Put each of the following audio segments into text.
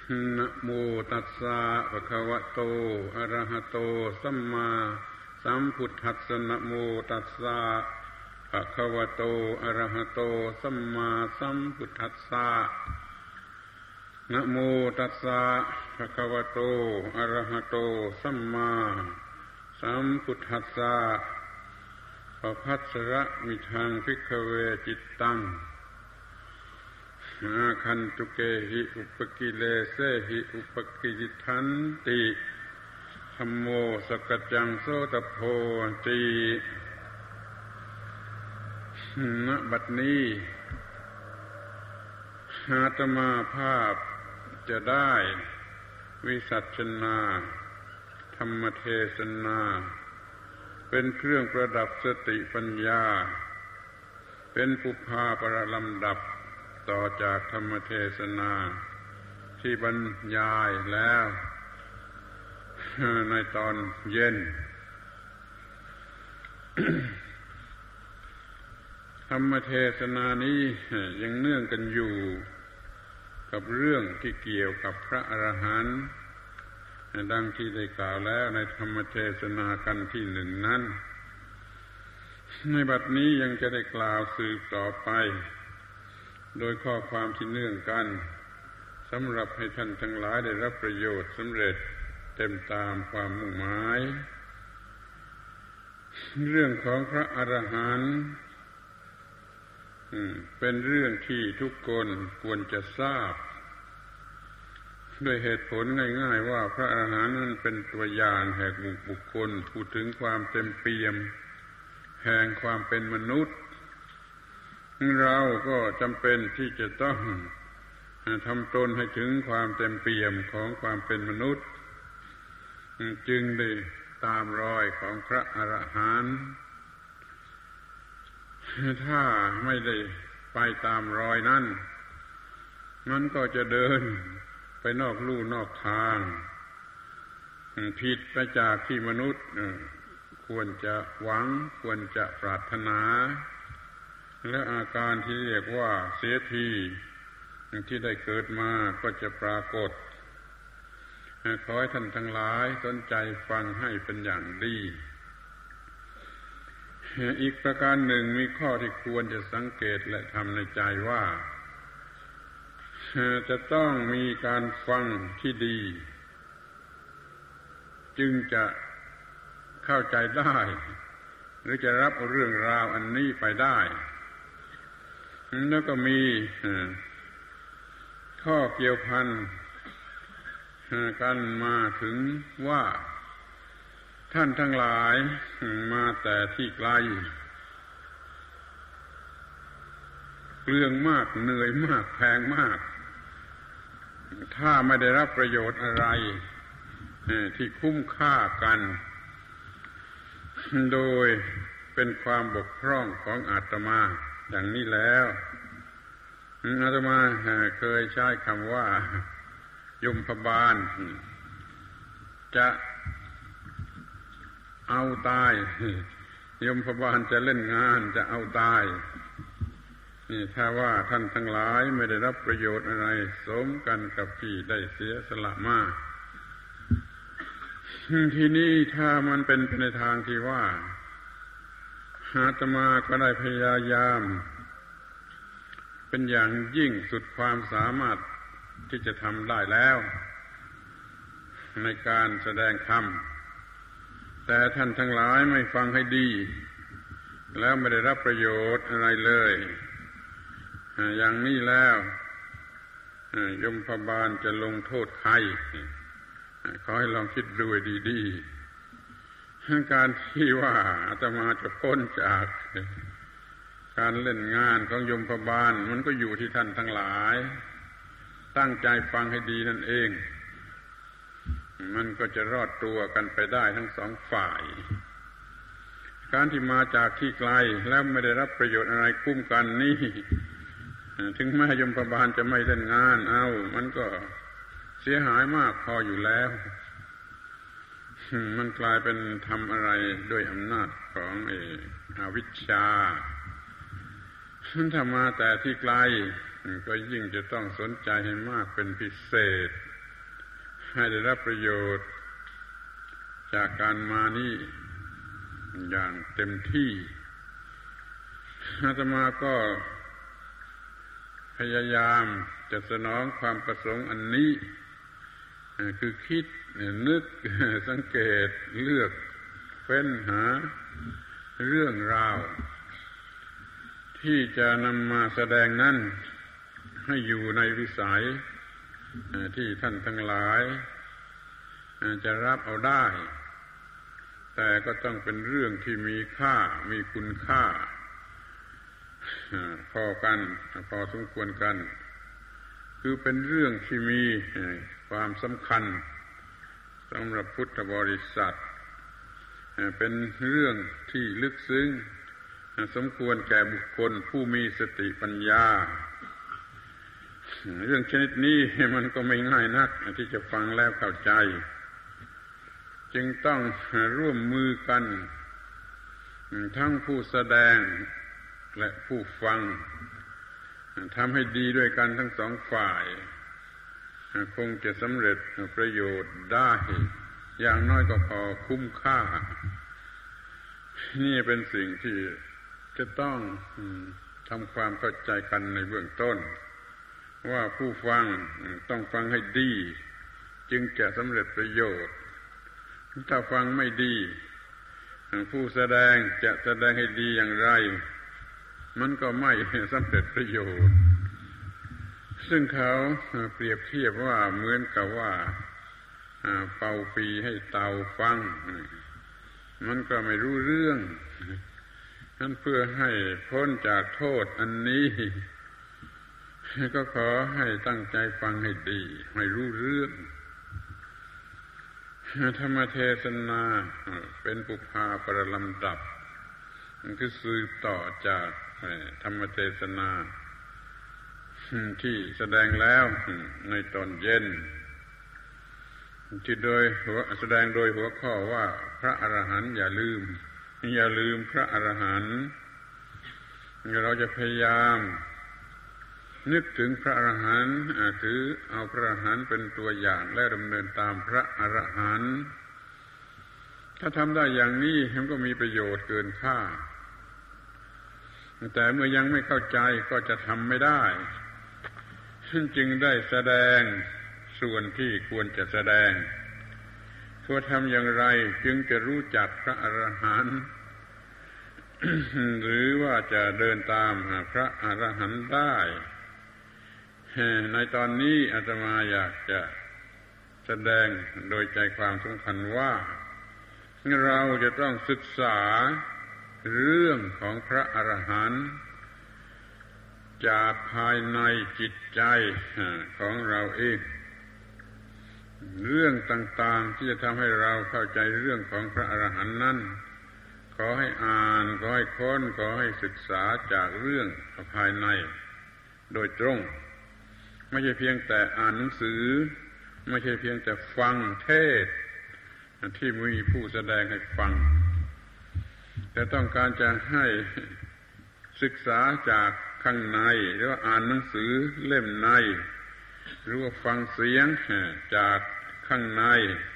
นะโมตัสสะภะคะวะโตอะระหะโตสัมมาสัมพุทธัสสะนะโมตัสสะภะคะวะโตอะระหะโตสัมมาสัมพุทธัสสะนะโมตัสสะภะคะวะโตอะระหะโตสัมมาสัมพุทธัสสะปภัสสระมิทังภิกขเวจิตตังอาคันตุเกหิอุปกิเลเสหิอุปกิริทันติธัมโมสกจังโสตโพติณบัดนี้อาตมาภาพจะได้วิสัชนาธรรมเทศนาเป็นเครื่องประดับสติปัญญาเป็นปุพพาประลำดับต่อจากธรรมเทศนาที่บรรยายแล้วในตอนเย็น ธรรมเทศนานี้ยังเนื่องกันอยู่กับเรื่องที่เกี่ยวกับพระอรหันต์ดังที่ได้กล่าวแล้วในธรรมเทศนากันที่หนึ่งนั้นในบัดนี้ยังจะได้กล่าวสืบต่อไปโดยข้อความที่เนื่องกันสำหรับให้ท่านทั้งหลายได้รับประโยชน์สำเร็จเต็มตามความมุ่งหมายเรื่องของพระอรหันต์เป็นเรื่องที่ทุกคนควรจะทราบด้วยเหตุผลง่ายๆว่าพระอรหันต์นั้นเป็นตัวอย่างแห่งบุคคลพูดถึงความเต็มเปี่ยมแห่งความเป็นมนุษย์เราก็จำเป็นที่จะต้องทำตนให้ถึงความเต็มเปี่ยมของความเป็นมนุษย์จึงได้ตามรอยของพระอรหันต์ถ้าไม่ได้ไปตามรอยนั้นมันก็จะเดินไปนอกลู่นอกทางผิดไปจากที่มนุษย์ควรจะหวังควรจะปรารถนาและอาการที่เรียกว่าเสียทีที่ได้เกิดมาก็จะปรากฏขอให้ท่านทั้งหลายสนใจฟังให้เป็นอย่างดีอีกประการหนึ่งมีข้อที่ควรจะสังเกตและทำในใจว่าจะต้องมีการฟังที่ดีจึงจะเข้าใจได้หรือจะรับเรื่องราวอันนี้ไปได้แล้วก็มีข้อเกี่ยวพันกันมาถึงว่าท่านทั้งหลายมาแต่ที่ไกลเปลืองมากเหนื่อยมากแพงมากถ้าไม่ได้รับประโยชน์อะไรที่คุ้มค่ากันโดยเป็นความบกพร่องของอาตมาอย่างนี้แล้วอาตมาเคยใช้คำว่ายมพบาลจะเอาตายยมพบาลจะเล่นงานจะเอาตายนี่ถ้าว่าท่านทั้งหลายไม่ได้รับประโยชน์อะไรสมกันกับที่ได้เสียสละมาทีนี้ถ้ามันเป็นในทางที่ว่าอาตมาก็ได้พยายามเป็นอย่างยิ่งสุดความสามารถที่จะทำได้แล้วในการแสดงธรรมแต่ท่านทั้งหลายไม่ฟังให้ดีแล้วไม่ได้รับประโยชน์อะไรเลยอย่างนี้แล้วยมพบาลจะลงโทษใครขอให้ลองคิดดูดีๆการที่ว่าอาตมาจะพ้นจากการเล่นงานของยมพบาลมันก็อยู่ที่ท่านทั้งหลายตั้งใจฟังให้ดีนั่นเองมันก็จะรอดตัวกันไปได้ทั้งสองฝ่ายการที่มาจากที่ไกลแล้วไม่ได้รับประโยชน์อะไรคุ้มกันนี่ถึงแม้ยมพบาลจะไม่เล่นงานมันก็เสียหายมากพออยู่แล้วมันกลายเป็นทำอะไรด้วยอำนาจของอวิชชาถ้ามาแต่ที่ไกลก็ยิ่งจะต้องสนใจให้มากเป็นพิเศษให้ได้รับประโยชน์จากการมานี้อย่างเต็มที่อาตมาก็พยายามจะสนองความประสงค์อันนี้คือคิดนึกสังเกตเลือกเฟ้นหาเรื่องราวที่จะนำมาแสดงนั้นให้อยู่ในวิสัยที่ท่านทั้งหลายจะรับเอาได้แต่ก็ต้องเป็นเรื่องที่มีค่ามีคุณค่าพอกันพอสมควรกันคือเป็นเรื่องที่มีความสำคัญสำหรับพุทธบริษัทเป็นเรื่องที่ลึกซึ้งสมควรแก่บุคคลผู้มีสติปัญญาเรื่องชนิดนี้มันก็ไม่ง่ายนักที่จะฟังแล้วเข้าใจจึงต้องร่วมมือกันทั้งผู้แสดงและผู้ฟังทำให้ดีด้วยกันทั้งสองฝ่ายคงจะสำเร็จประโยชน์ได้อย่างน้อยก็พอคุ้มค่านี่เป็นสิ่งที่จะต้องทำความเข้าใจกันในเบื้องต้นว่าผู้ฟังต้องฟังให้ดีจึงจะสำเร็จประโยชน์ถ้าฟังไม่ดีผู้แสดงจะแสดงให้ดีอย่างไรมันก็ไม่สำเร็จประโยชน์ซึ่งเขาเปรียบเทียบว่าเหมือนกับว่าเป่าปีให้เต่าฟังมันก็ไม่รู้เรื่องนั้นเพื่อให้พ้นจากโทษอันนี้ก็ขอให้ตั้งใจฟังให้ดีให้รู้เรื่องธรรมเทศนาเป็นปุพพาประลำดับมันคือสืบต่อจากธรรมเทศนาที่แสดงแล้วในตอนเย็นที่แสดงโดยหัวข้อว่าพระอรหันต์อย่าลืมพระอรหันต์เราจะพยายามนึกถึงพระอรหันต์ถือเอาพระอรหันต์เป็นตัวอย่างและดำเนินตามพระอรหันต์ถ้าทำได้อย่างนี้มันก็มีประโยชน์เกินค่าแต่เมื่อยังไม่เข้าใจก็จะทำไม่ได้จึงได้แสดงส่วนที่ควรจะแสดงควรทำอย่างไรจึงจะรู้จักพระอรหันต์หรือว่าจะเดินตามพระอรหันต์ได้ในตอนนี้อาตมาอยากจะแสดงโดยใจความสำคัญว่าเราจะต้องศึกษาเรื่องของพระอรหันต์จากภายในจิตใจของเราเองเรื่องต่างๆที่จะทำให้เราเข้าใจเรื่องของพระอรหันต์นั้นขอให้อ่านขอให้ค้นขอให้ศึกษาจากเรื่องภายในโดยตรงไม่ใช่เพียงแต่อ่านหนังสือไม่ใช่เพียงแต่ฟังเทศน์ที่มีผู้แสดงให้ฟังแต่ต้องการจะให้ศึกษาจากข้างในหรือว่าอ่านหนังสือเล่มในหรือว่าฟังเสียงจากข้างใน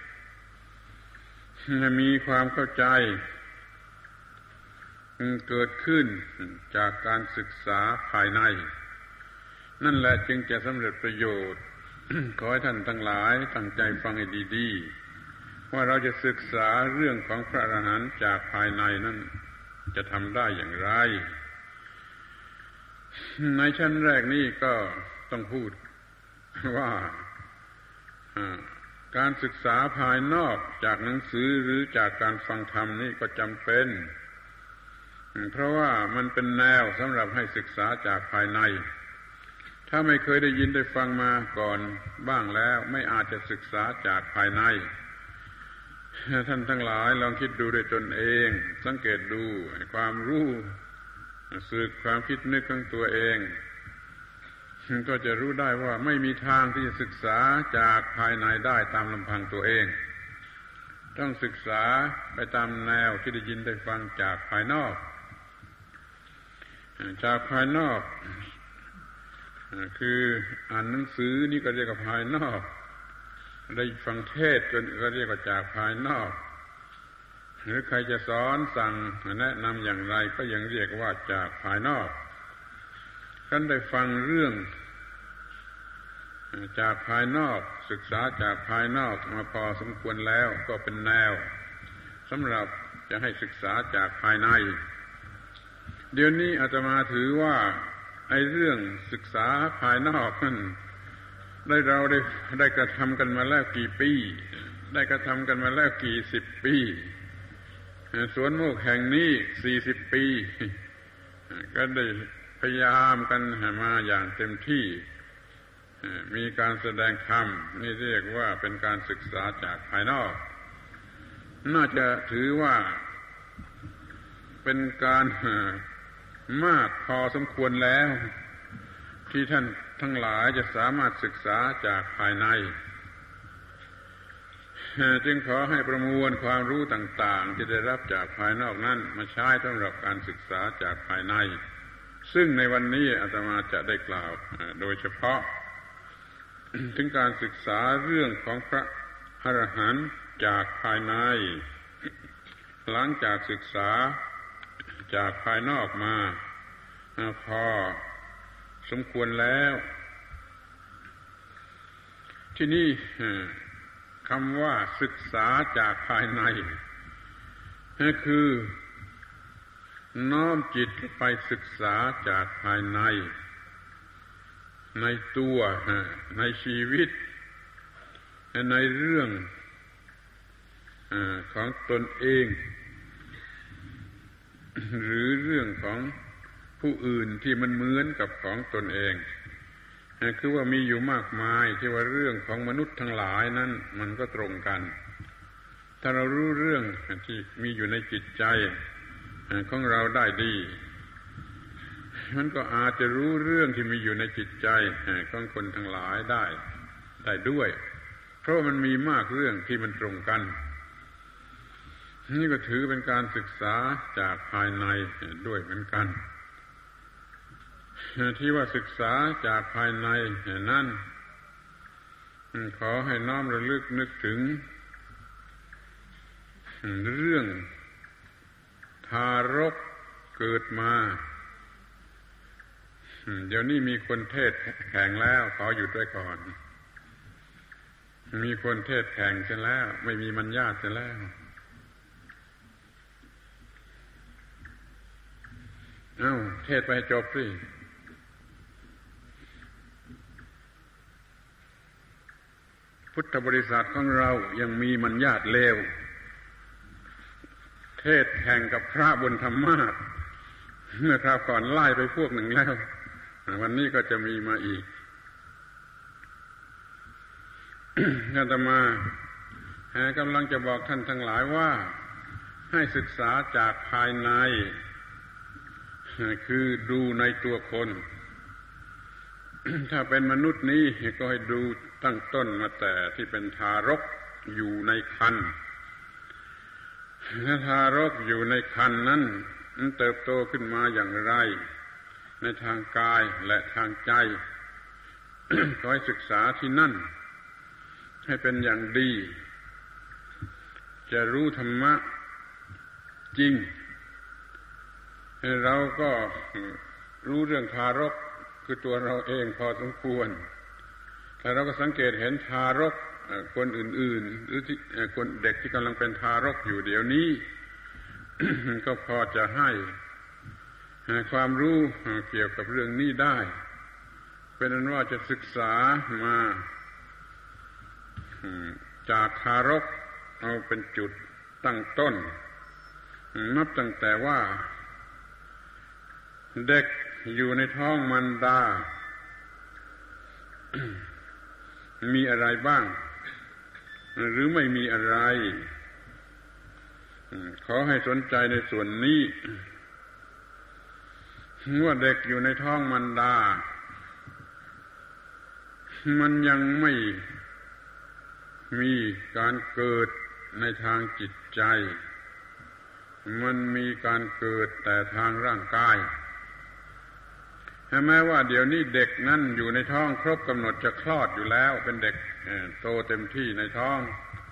มีความเข้าใจเกิดขึ้นจากการศึกษาภายในนั่นแหละจึงจะสำเร็จประโยชน์ ขอให้ท่านทั้งหลายตั้งใจฟังให้ดีๆว่าเราจะศึกษาเรื่องของพระอรหันต์จากภายในนั้นจะทำได้อย่างไรในชั้นแรกนี้ก็ต้องพูดว่าการศึกษาภายนอกจากหนังสือหรือจากการฟังธรรมนี่ก็จำเป็นเพราะว่ามันเป็นแนวสำหรับให้ศึกษาจากภายในถ้าไม่เคยได้ยินได้ฟังมาก่อนบ้างแล้วไม่อาจจะศึกษาจากภายในท่านทั้งหลายลองคิดดูด้วยตนเองสังเกตดูความรู้สึกความคิดนึกของตัวเองก็จะรู้ได้ว่าไม่มีทางที่จะศึกษาจากภายในได้ตามลำพังตัวเองต้องศึกษาไปตามแนวที่ได้ยินได้ฟังจากภายนอกจากภายนอกคืออ่านหนังสือนี่ก็เรียกว่าภายนอกได้ฟังเทศจนก็เรียกว่าจากภายนอกหรือใครจะสอนสั่งแนะนำอย่างไรก็ยังเรียกว่าจากภายนอกท่านได้ฟังเรื่องจากภายนอกศึกษาจากภายนอกมาพอสมควรแล้วก็เป็นแนวสำหรับจะให้ศึกษาจากภายในเดี๋ยวนี้อาตมาถือว่าไอ้เรื่องศึกษาภายนอกนั้นเราได้กระทำกันมาแล้วกี่ปีได้กระทำกันมาแล้วกี่สิบปีสวนโมกแห่งนี้40 ปีก็ได้พยายามกันมาอย่างเต็มที่มีการแสดงธรรมนี่เรียกว่าเป็นการศึกษาจากภายนอกน่าจะถือว่าเป็นการมากพอสมควรแล้วที่ท่านทั้งหลายจะสามารถศึกษาจากภายในจึงขอให้ประมวลความรู้ต่างๆที่ได้รับจากภายนอกนั้นมาใช้สำหรับการศึกษาจากภายในซึ่งในวันนี้อาตมาจะได้กล่าวโดยเฉพาะถึงการศึกษาเรื่องของพระอรหันต์จากภายในหลังจากศึกษาจากภายนอกมาพอสมควรแล้วที่นี่คำว่าศึกษาจากภายในคือน้อมจิตไปศึกษาจากภายในในตัวในชีวิตในเรื่องของตนเองหรือเรื่องของผู้อื่นที่มันเหมือนกับของตนเองคือว่ามีอยู่มากมายที่ว่าเรื่องของมนุษย์ทั้งหลายนั้นมันก็ตรงกันถ้าเรารู้เรื่องที่มีอยู่ในจิตใจของเราได้ดีมันก็อาจจะรู้เรื่องที่มีอยู่ในจิตใจของคนทั้งหลายได้ด้วยเพราะมันมีมากเรื่องที่มันตรงกันนี่ก็ถือเป็นการศึกษาจากภายในด้วยเหมือนกันที่ว่าศึกษาจากภายในนั่นขอให้น้อมระลึกนึกถึงเรื่องทารกเกิดมาเดี๋ยวนี้มีคนเทศแข่งแล้วขอหยุดไว้ก่อนมีคนเทศแข่งเสร็จแล้วไม่มีมัญญาตเสร็จแล้วเทศไปจบสิพุทธบริษัทของเรายังมีมัญญาตเลวเทศแข่งกับพระบนธรรมาสน์เมื่อคราวก่อนไล่ไปพวกหนึ่งแล้ววันนี้ก็จะมีมาอีกอาตมากำลังจะบอกท่านทั้งหลายว่าให้ศึกษาจากภายในคือดูในตัวคนถ้าเป็นมนุษย์นี้ก็ให้ดูตั้งต้นมาแต่ที่เป็นทารกอยู่ในครรภ์ทารกอยู่ในครรภ์นั้นมันเติบโตขึ้นมาอย่างไรในทางกายและทางใจ ขอให้ศึกษาที่นั่นให้เป็นอย่างดีจะรู้ธรรมะจริงเราก็รู้เรื่องทารกคือตัวเราเองพอสมควรแต่เราก็สังเกตเห็นทารกคนอื่นๆหรือที่คนเด็กที่กำลังเป็นทารกอยู่เดี๋ยวนี้ ก็พอจะให้ความรู้เกี่ยวกับเรื่องนี้ได้เป็นนั้นว่าจะศึกษามาจากทารกเอาเป็นจุดตั้งต้นนับตั้งแต่ว่าเด็กอยู่ในท้องมารดา มีอะไรบ้างหรือไม่มีอะไรขอให้สนใจในส่วนนี้ว่าเด็กอยู่ในท้องมารดามันยังไม่มีการเกิดในทางจิตใจมันมีการเกิดแต่ทางร่างกายแม้ว่าเดี๋ยวนี้เด็กนั่นอยู่ในท้องครบกำหนดจะคลอดอยู่แล้วเป็นเด็กโตเต็มที่ในท้อง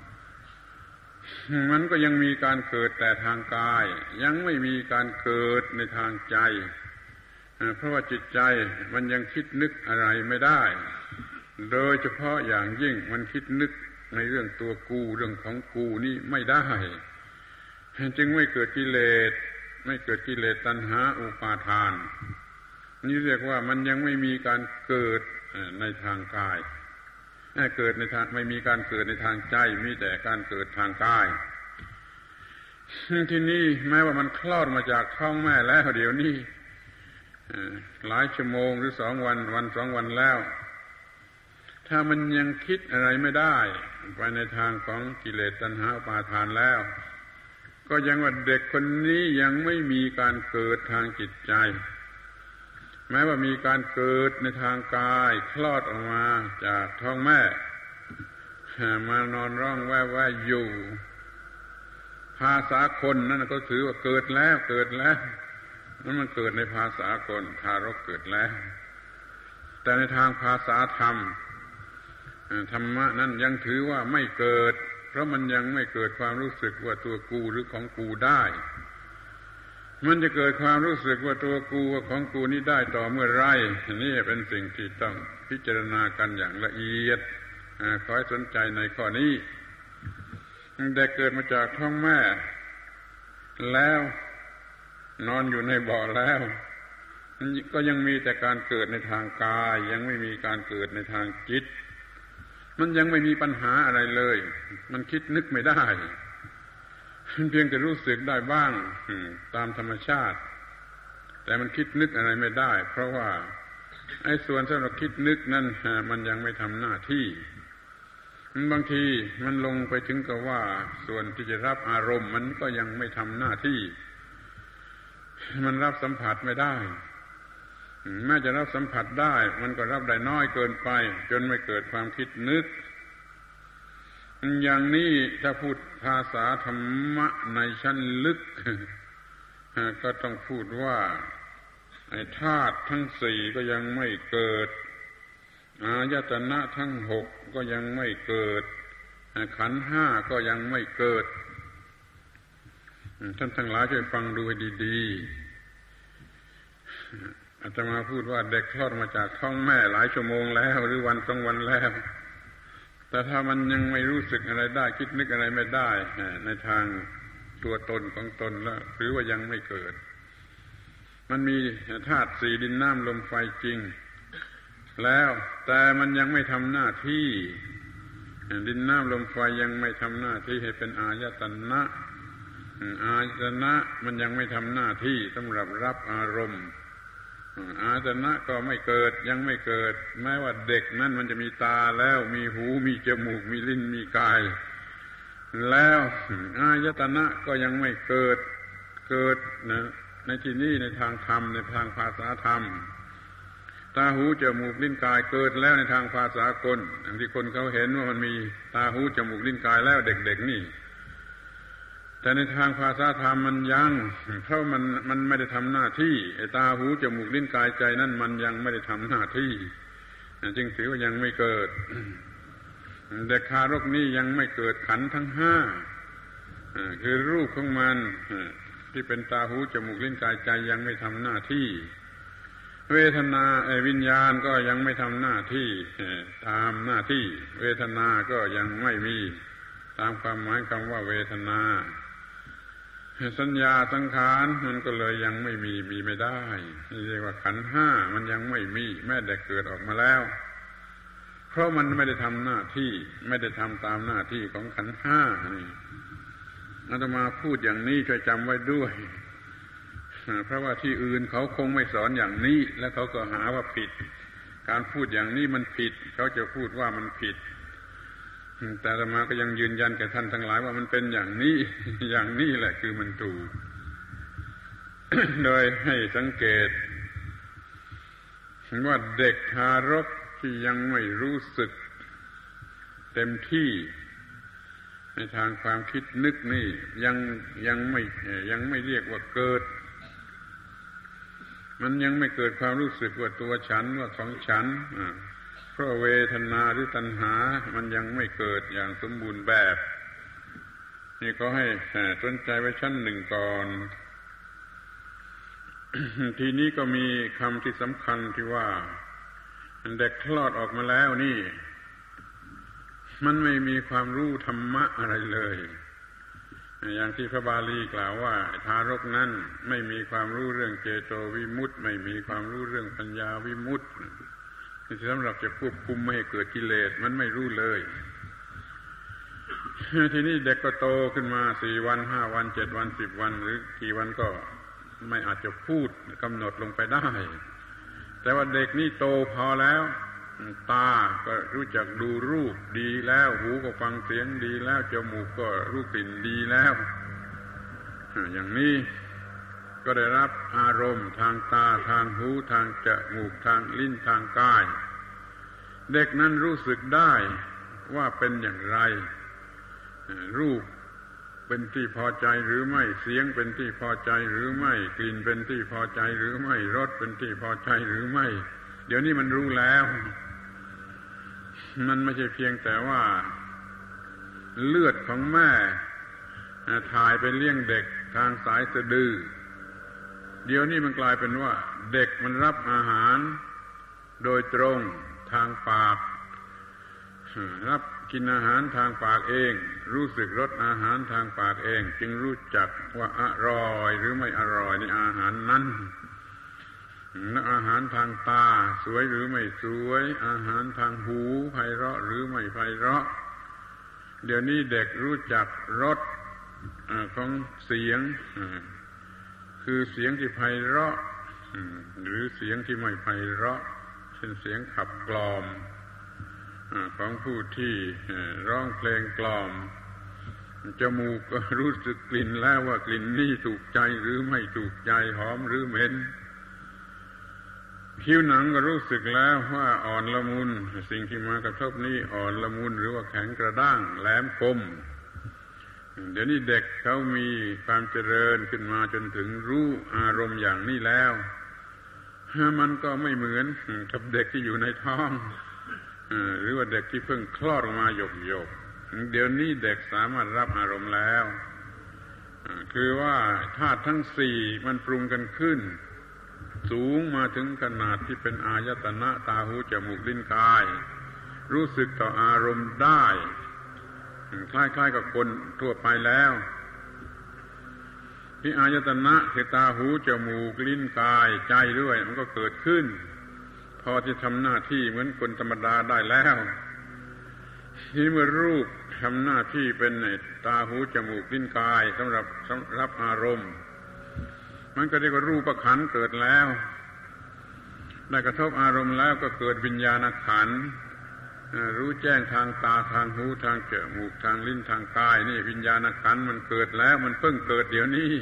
มันก็ยังมีการเกิดแต่ทางกายยังไม่มีการเกิดในทางใจเพราะว่าจิตใจมันยังคิดนึกอะไรไม่ได้โดยเฉพาะอย่างยิ่งมันคิดนึกในเรื่องตัวกูเรื่องของกูนี่ไม่ได้จึงไม่เกิดกิเลสไม่เกิดกิเลสตัณหาอุปาทานนี่เรียกว่ามันยังไม่มีการเกิดในทางกายเกิดในทางไม่มีการเกิดในทางใจมีแต่การเกิดทางกายที่นี่แม้ว่ามันคลอดมาจากท้องแม่แล้วเดี๋ยวนี้หลายชั่วโมงหรือ2 วัน2 วันแล้วถ้ามันยังคิดอะไรไม่ได้ไปในทางของกิเลสตัณหาอุปาทานแล้วก็ยังว่าเด็กคนนี้ยังไม่มีการเกิดทางจิตใจแม้ว่ามีการเกิดในทางกายคลอดออกมาจากท้องแม่มานอนร้องแว่ๆอยู่ภาษาคนนั่นก็ถือว่าเกิดแล้วนั่นมันเกิดในภาษาคนทารกเกิดแล้วแต่ในทางภาษาธรรมธรรมะนั้นยังถือว่าไม่เกิดเพราะมันยังไม่เกิดความรู้สึกว่าตัวกูหรือของกูได้มันจะเกิดความรู้สึกว่าตัวกูว่าของกูนี้ได้ต่อเมื่อไรนี่เป็นสิ่งที่ต้องพิจารณากันอย่างละเอียดขอให้สนใจในข้อนี้เด็กเกิดมาจากท้องแม่แล้วนอนอยู่ในบ่อแล้วก็ยังมีแต่การเกิดในทางกายยังไม่มีการเกิดในทางจิตมันยังไม่มีปัญหาอะไรเลยมันคิดนึกไม่ได้มันเพียงแต่รู้สึกได้บ้างตามธรรมชาติแต่มันคิดนึกอะไรไม่ได้เพราะว่าไอ้ส่วนสำหรับคิดนึกนั้นมันยังไม่ทำหน้าที่บางทีมันลงไปถึงกับว่าส่วนที่จะรับอารมณ์มันก็ยังไม่ทำหน้าที่มันรับสัมผัสไม่ได้แม้จะรับสัมผัสได้มันก็รับได้น้อยเกินไปจนไม่เกิดความคิดนึกอย่างนี้ถ้าพูดภาษาธรรมะในชั้นลึกก็ต้องพูดว่าไอ้ธาตุทั้ง4ก็ยังไม่เกิดอายตนะทั้ง6ก็ยังไม่เกิดขันธ์5ก็ยังไม่เกิดท่านทั้งหลายช่วยฟังดูให้ดีๆอาตมาพูดว่าเด็กคลอดมาจากท้องแม่หลายชั่วโมงแล้วหรือวัน2 วันแล้วแต่ถ้ามันยังไม่รู้สึกอะไรได้คิดนึกอะไรไม่ได้ในทางตัวตนของตนแล้วถือว่ายังไม่เกิดมันมีธาตุ4ดินน้ำลมไฟจริงแล้วแต่มันยังไม่ทำหน้าที่ดินน้ำลมไฟยังไม่ทำหน้าที่ให้เป็นอายตนะอายตนะมันยังไม่ทำหน้าที่สำหรับรับอารมณ์อายตนะก็ไม่เกิดยังไม่เกิดแม้ว่าเด็กนั้นมันจะมีตาแล้วมีหูมีจมูกมีลิ้นมีกายแล้วอายตนะก็ยังไม่เกิดนะในที่นี้ในทางธรรมในทางภาษาธรรมตาหูจมูกลิ้นกายเกิดแล้วในทางภาษาคนอย่างที่คนเขาเห็นว่ามันมีตาหูจมูกลิ้นกายแล้วเด็กๆนี่แต่ในทางภาษาธรรมมันยังเพราะมันไม่ได้ทำหน้าที่ไอ้ตาหูจมูกลิ้นกายใจนั่นมันยังไม่ได้ทำหน้าที่จึงถือว่ายังไม่เกิดเด็กทารกนี้ยังไม่เกิดขันธ์ทั้ง5คือรูปของมันที่เป็นตาหูจมูกลิ้นกายใจยังไม่ทำหน้าที่เวทนาวิญญาณก็ยังไม่ทำหน้าที่ตามหน้าที่เวทนาก็ยังไม่มีตามความหมายคำว่าเวทนาสัญญาสังขารมันก็เลยยังไม่มีไม่ได้นี่เรียกว่าขันธ์5มันยังไม่มีแม้แต่เกิดออกมาแล้วเพราะมันไม่ได้ทำหน้าที่ไม่ได้ทำตามหน้าที่ของขันธ์5นี่อาตมาพูดอย่างนี้ช่วยจำไว้ด้วยเพราะว่าที่อื่นเขาคงไม่สอนอย่างนี้แล้วเขาก็หาว่าผิดการพูดอย่างนี้มันผิดเขาจะพูดว่ามันผิดแต่อาตมาก็ยังยืนยันกับท่านทั้งหลายว่ามันเป็นอย่างนี้อย่างนี้แหละคือมันถูก โดยให้สังเกตว่าเด็กทารกที่ยังไม่รู้สึกเต็มที่ในทางความคิดนึกนี่ยังไม่เรียกว่าเกิดมันยังไม่เกิดความรู้สึกว่าตัวฉันว่าของฉันเพราะเวทนาหรือตัณหามันยังไม่เกิดอย่างสมบูรณ์แบบนี่ก็ให้สนใจไว้ชั้นหนึ่งก่อน ทีนี้ก็มีคำที่สำคัญที่ว่าเด็กคลอดออกมาแล้วนี่มันไม่มีความรู้ธรรมะอะไรเลยอย่างที่พระบาลีกล่าวว่าทารกนั้นไม่มีความรู้เรื่องเจโตวิมุตติไม่มีความรู้เรื่องปัญญาวิมุตติที่สำหรับจะควบคุมไม่ให้เกิดกิเลสมันไม่รู้เลยทีนี้เด็กก็โตขึ้นมา4 วัน5 วัน7 วัน10 วันหรือกี่วันก็ไม่อาจจะพูดกำหนดลงไปได้แต่ว่าเด็กนี่โตพอแล้วตาก็รู้จักดูรูปดีแล้วหูก็ฟังเสียงดีแล้วจมูกก็รู้กลิ่นดีแล้วอย่างนี้ก็ได้รับอารมณ์ทางตาทางหูทางจมูกทางลิ้นทางกายเด็กนั้นรู้สึกได้ว่าเป็นอย่างไรรูปเป็นที่พอใจหรือไม่เสียงเป็นที่พอใจหรือไม่กลิ่นเป็นที่พอใจหรือไม่รสเป็นที่พอใจหรือไม่เดี๋ยวนี้มันรู้แล้วมันไม่ใช่เพียงแต่ว่าเลือดของแม่ถ่ายไปเลี้ยงเด็กทางสายสะดือเดี๋ยวนี้มันกลายเป็นว่าเด็กมันรับอาหารโดยตรงทางปากรับกินอาหารทางปากเองรู้สึกรสอาหารทางปากเองจึงรู้จักว่าอร่อยหรือไม่อร่อยในอาหารนั้นอาหารทางตาสวยหรือไม่สวยอาหารทางหูไพเราะหรือไม่ไพเราะเดี๋ยวนี้เด็กรู้จักรสของเสียงคือเสียงที่ไพเราะหรือเสียงที่ไม่ไพเราะเช่นเสียงขับกลอมของผู้ที่ร้องเพลงกลอมจมูกก็รู้สึกกลิ่นแล้วว่ากลิ่นนี้ถูกใจหรือไม่ถูกใจหอมหรือเหม็นผิวหนังก็รู้สึกแล้วว่าอ่อนละมุนสิ่งที่มากระทบนี้อ่อนละมุนหรือว่าแข็งกระด้างแหลมคมเดี๋ยวนี้เด็กเขามีความเจริญขึ้นมาจนถึงรู้อารมณ์อย่างนี้แล้วมันก็ไม่เหมือนกับเด็กที่อยู่ในท้องหรือว่าเด็กที่เพิ่งคลอดออกมาหยกๆเดี๋ยวนี้เด็กสามารถรับอารมณ์แล้วคือว่าธาตุทั้งสี่มันปรุงกันขึ้นสูงมาถึงขนาดที่เป็นอายตนะตาหูจมูกลิ้นกายรู้สึกต่ออารมณ์ได้คล้ายๆกับคนทั่วไปแล้วที่อายตนะคือตาหูจมูกลิ้นกายใจด้วยมันก็เกิดขึ้นพอที่ทำหน้าที่เหมือนคนธรรมดาได้แล้วที่เมื่อรูปทำหน้าที่เป็นตาหูจมูกลิ้นกายสำหรับอารมณ์มันก็เรียกว่ารูปขันธ์เกิดแล้วได้กระทบอารมณ์แล้วก็เกิดวิญญาณขันธ์รู้แจ้งทางตาทางหูทางจมูกทางลิ้นทางกายนี่วิญญาณขันธ์มันเกิดแล้วมันเพิ่งเกิดเดี๋ยวนี้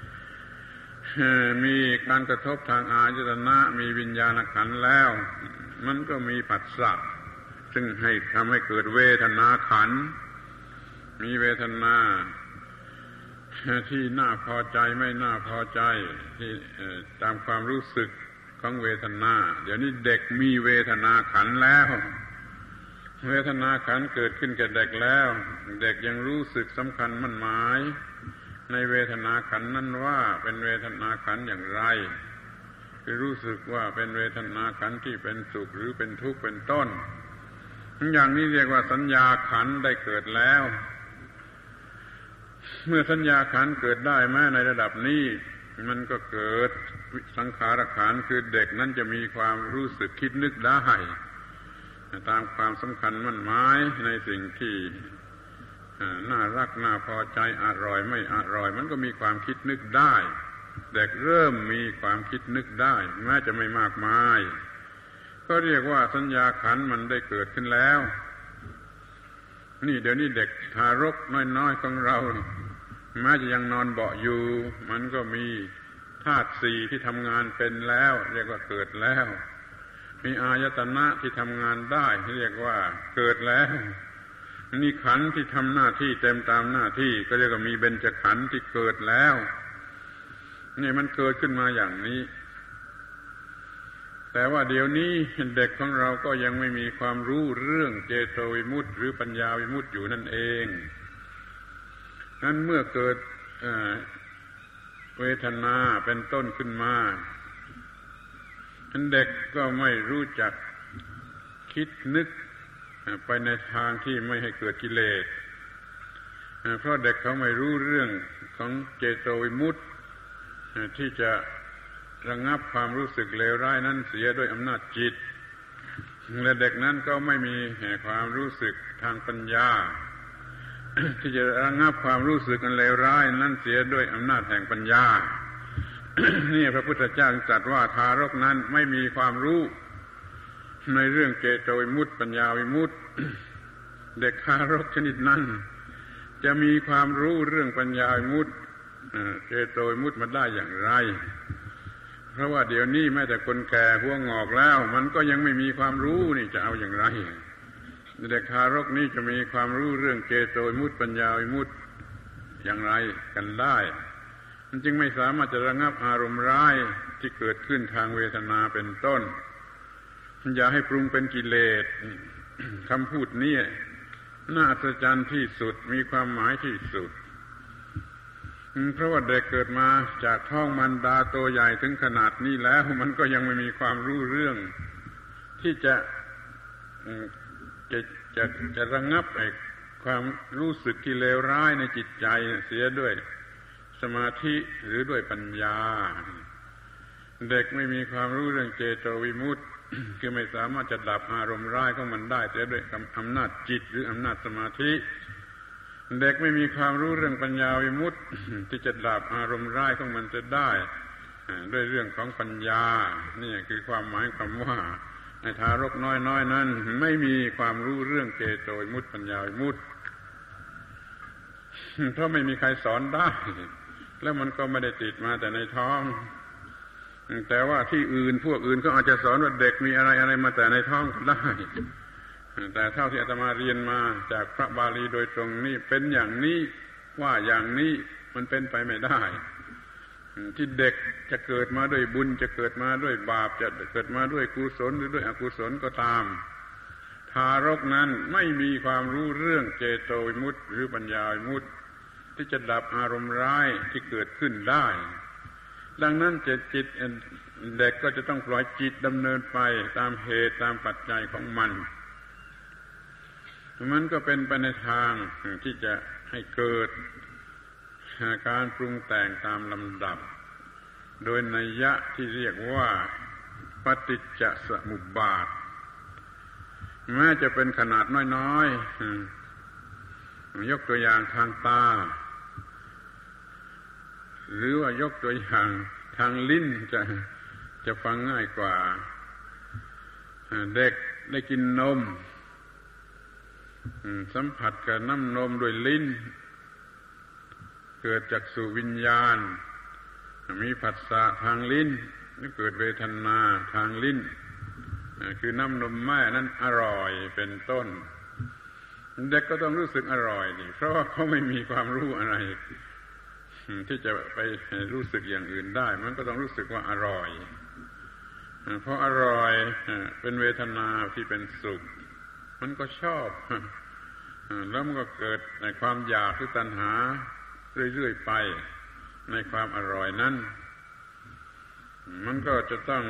มีการกระทบทางอายตนะมีวิญญาณขันธ์แล้วมันก็มีผัสสะซึ่งให้ทำให้เกิดเวทนาขันธ์มีเวทนาที่น่าพอใจไม่น่าพอใจที่ตามความรู้สึกของเวทนาเดี๋ยวนี้เด็กมีเวทนาขันธ์แล้วเวทนาขันธ์เกิดขึ้นแก่เด็กแล้วเด็กยังรู้สึกสำคัญมั่นหมายในเวทนาขันธ์นั้นว่าเป็นเวทนาขันธ์อย่างไรคือรู้สึกว่าเป็นเวทนาขันธ์ที่เป็นสุขหรือเป็นทุกข์เป็นต้นอย่างนี้เรียกว่าสัญญาขันธ์ได้เกิดแล้วเมื่อสัญญาขันธ์เกิดได้แม้ในระดับนี้มันก็เกิดสังขารขันธ์คือเด็กนั้นจะมีความรู้สึกคิดนึกได้ตามความสำคัญมั่นหมายในสิ่งที่น่ารักน่าพอใจอร่อยไม่อร่อยมันก็มีความคิดนึกได้เด็กเริ่มมีความคิดนึกได้แม้จะไม่มากมายก็เรียกว่าสัญญาขันธ์มันได้เกิดขึ้นแล้วนี่เดี๋ยวนี้เด็กทารกน้อยๆของเราแม้จะยังนอนเบาะอยู่มันก็มีธาตุสี่ที่ทำงานเป็นแล้วเรียกว่าเกิดแล้วมีอายตนะที่ทำงานได้เรียกว่าเกิดแล้วนี่ขันธ์ที่ทำหน้าที่เต็มตามหน้าที่ก็เรียกว่ามีเบญจขันธ์ที่เกิดแล้วนี่มันเกิดขึ้นมาอย่างนี้แต่ว่าเดี๋ยวนี้เด็กของเราก็ยังไม่มีความรู้เรื่องเจโตวิมุตติหรือปัญญาวิมุตติอยู่นั่นเองนั้นเมื่อเกิดเวทนาเป็นต้นขึ้นมาเด็กก็ไม่รู้จักคิดนึกไปในทางที่ไม่ให้เกิดกิเลสเพราะเด็กเขาไม่รู้เรื่องของเจโตวิมุตติที่จะระงับความรู้สึกเลวร้ายนั้นเสียด้วยอำนาจจิตและเด็กนั้นก็ไม่มีความรู้สึกทางปัญญาที่จะระงับความรู้สึกอันเลวร้ายนั้นเสียด้วยอำนาจแห่งปัญญา นี่พระพุทธเจ้าตรัสว่าทารกนั้นไม่มีความรู้ในเรื่องเจโตวิมุตติปัญญาวิมุตติ เด็กทารกชนิดนั้นจะมีความรู้เรื่องปัญญาวิมุตติเจโตวิมุตติมาได้อย่างไรเพราะว่าเดี๋ยวนี้แม้แต่คนแก่หัวงอกแล้วมันก็ยังไม่มีความรู้นี่จะเอาอย่างไรเด็กทารกนี้จะมีความรู้เรื่องเจโตวิมุตติปัญญาวิมุตติอย่างไรกันได้มันจึงไม่สามารถจะระงับอารมณ์ร้ายที่เกิดขึ้นทางเวทนาเป็นต้นอย่าให้ปรุงเป็นกิเลสคำพูดนี้น่าอัศจรรย์ที่สุดมีความหมายที่สุดเพราะว่าเด็กเกิดมาจากท้องมารดาตัวใหญ่ถึงขนาดนี้แล้วมันก็ยังไม่มีความรู้เรื่องที่จะระงับความรู้สึกที่เลวร้ายในจิตใจเสียด้วยสมาธิหรือด้วยปัญญาเด็กไม่มีความรู้เรื่องเจโตวิมุตติคือไม่สามารถจะดับอารมณ์ร้ายของมันได้เสียด้วยอำนาจจิตหรืออำนาจสมาธิเด็กไม่มีความรู้เรื่องปัญญาวิมุตติที่จะดับอารมณ์ร้ายของมันจะได้ด้วยเรื่องของปัญญานี่คือความหมายคำว่าไอ้ทารกน้อยๆนั้นไม่มีความรู้เรื่องเจโตวิมุตติปัญญาวิมุตติเพราะไม่มีใครสอนได้แล้วมันก็ไม่ได้ติดมาแต่ในท้องแต่ว่าที่อื่นพวกอื่นก็อาจจะสอนว่าเด็กมีอะไรมาแต่ในท้องก็ได้แต่เท่าที่อาตมาเรียนมาจากพระบาลีโดยตรงนี่เป็นอย่างนี้ว่าอย่างนี้มันเป็นไปไม่ได้ที่เด็กจะเกิดมาด้วยบุญจะเกิดมาด้วยบาปจะเกิดมาด้วยกุศลหรือด้วยอกุศลก็ตามทารกนั้นไม่มีความรู้เรื่องเจโตวิมุตติหรือปัญญาวิมุตติที่จะดับอารมณ์ร้ายที่เกิดขึ้นได้ดังนั้นจิตเด็กก็จะต้องปล่อยจิตดำเนินไปตามเหตุตามปัจจัยของมันก็เป็นไปในทางที่จะให้เกิดการปรุงแต่งตามลำดับโดยนัยยะที่เรียกว่าปฏิจจสมุปบาทแม้จะเป็นขนาดน้อยๆยกตัวอย่างทางตาหรือว่ายกตัวอย่างทางลิ้นจะฟังง่ายกว่าเด็กได้กินนมสัมผัสกับน้ำนมด้วยลิ้นเกิดจากสุวิญญาณมีผัสสะทางลิ้นนี่เกิดเวทนาทางลิ้นคือน้ำนมแม่นั้นอร่อยเป็นต้นเด็กก็ต้องรู้สึกอร่อยนี่เพราะว่าเขาไม่มีความรู้อะไรที่จะไปรู้สึกอย่างอื่นได้มันก็ต้องรู้สึกว่าอร่อยเพราะอร่อยเป็นเวทนาที่เป็นสุขมันก็ชอบแล้วมันก็เกิดในความอยากหรือตัณหาเรื่อยๆไปในความอร่อยนั้นมันก็จะต้อง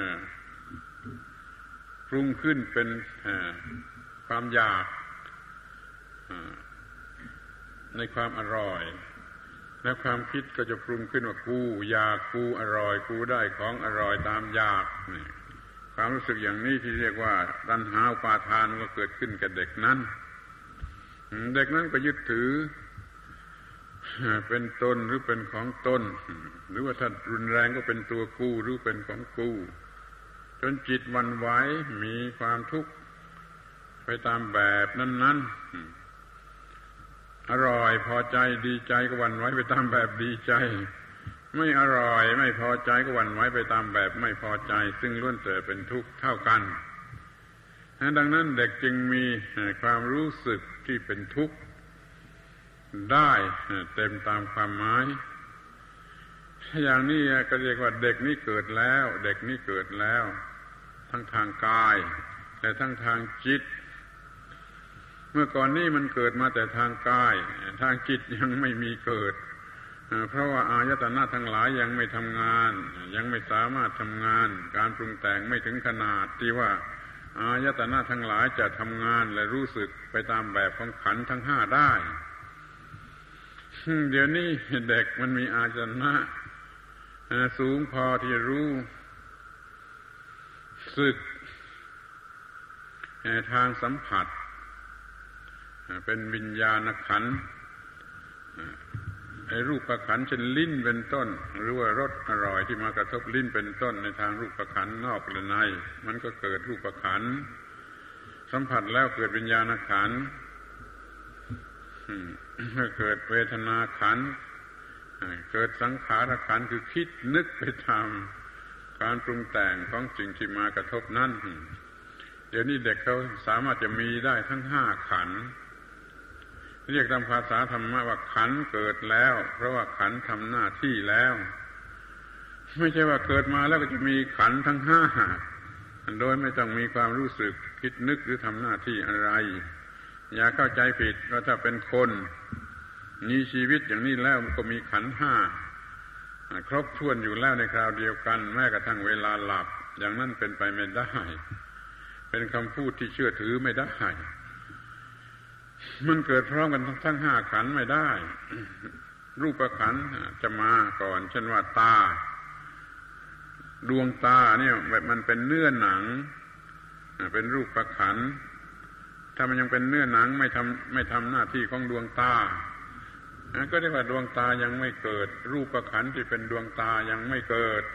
ปรุงขึ้นเป็นความอยากในความอร่อยแล้วความคิดก็จะปรุงขึ้นว่ากูอยากกูอร่อยกูได้ของอร่อยตามอยากความรู้สึกอย่างนี้ที่เรียกว่าตัณหาอุปาทานก็เกิดขึ้นกับเด็กนั้นก็ยึดถือเป็นตนหรือเป็นของตนหรือว่าถ้ารุนแรงก็เป็นตัวกูหรือเป็นของกูจนจิตหวั่นไหวมีความทุกข์ไปตามแบบนั้นอร่อยพอใจดีใจก็หวั่นไหวไปตามแบบดีใจไม่อร่อยไม่พอใจก็หวั่นไหวไปตามแบบไม่พอใจซึ่งล้วนแต่เป็นทุกข์เท่ากันดังนั้นเด็กจึงมีความรู้สึกที่เป็นทุกข์ได้เต็มตามความหมายอย่างนี้ก็เรียกว่าเด็กนี้เกิดแล้วเด็กนี้เกิดแล้วทั้งทางกายและทั้งทางจิตเมื่อก่อนนี้มันเกิดมาแต่ทางกายทางจิตยังไม่มีเกิดเพราะว่าอายตนะทั้งหลายยังไม่ทำงานยังไม่สามารถทำงานการปรุงแต่งไม่ถึงขนาดที่ว่าอายตนะทั้งหลายจะทำงานและรู้สึกไปตามแบบของขันธ์ทั้งห้าได้เดี๋ยวนี้เด็กมันมีอายตนะสูงพอที่รู้สึกทางสัมผัสเป็นวิญญาณขันธ์รูปขันธ์เช่นลิ้นเป็นต้นหรือว่ารสอร่อยที่มากระทบลิ้นเป็นต้นในทางรูปขันธ์นอกและในมันก็เกิดรูปขันธ์สัมผัสแล้วเกิดวิญญาณขันธ์เกิดเวทนาขันธ์เกิดสังขารขันธ์คือคิดนึกไปตามการปรุงแต่งของสิ่งที่มากระทบนั่นเดี๋ยวนี้เด็กเขาสามารถจะมีได้ทั้งห้าขันธ์เรียกตามภาษาธรรมะว่าขันธ์เกิดแล้วเพราะว่าขันธ์ทำหน้าที่แล้วไม่ใช่ว่าเกิดมาแล้วก็จะมีขันธ์ทั้งห้าโดยไม่ต้องมีความรู้สึกคิดนึกหรือทำหน้าที่อะไรอย่าเข้าใจผิดว่าถ้าเป็นคนมีชีวิตอย่างนี้แล้วมันก็มีขันธ์ห้าครบถ้วนอยู่แล้วในคราวเดียวกันแม้กระทั่งเวลาหลับอย่างนั้นเป็นไปไม่ได้เป็นคำพูดที่เชื่อถือไม่ได้มันเกิดพร้อมกันทั้งห้าขันธ์ไม่ได้รูปขันธ์จะมาก่อนเช่นว่าตาดวงตาเนี่ยมันเป็นเนื้อหนังเป็นรูปขันธ์ถ้ามันยังเป็นเนื้อหนังไม่ทำหน้าที่ของดวงตาก็เรียกว่าดวงตายังไม่เกิดรูปขันธ์ที่เป็นดวงตายังไม่เกิด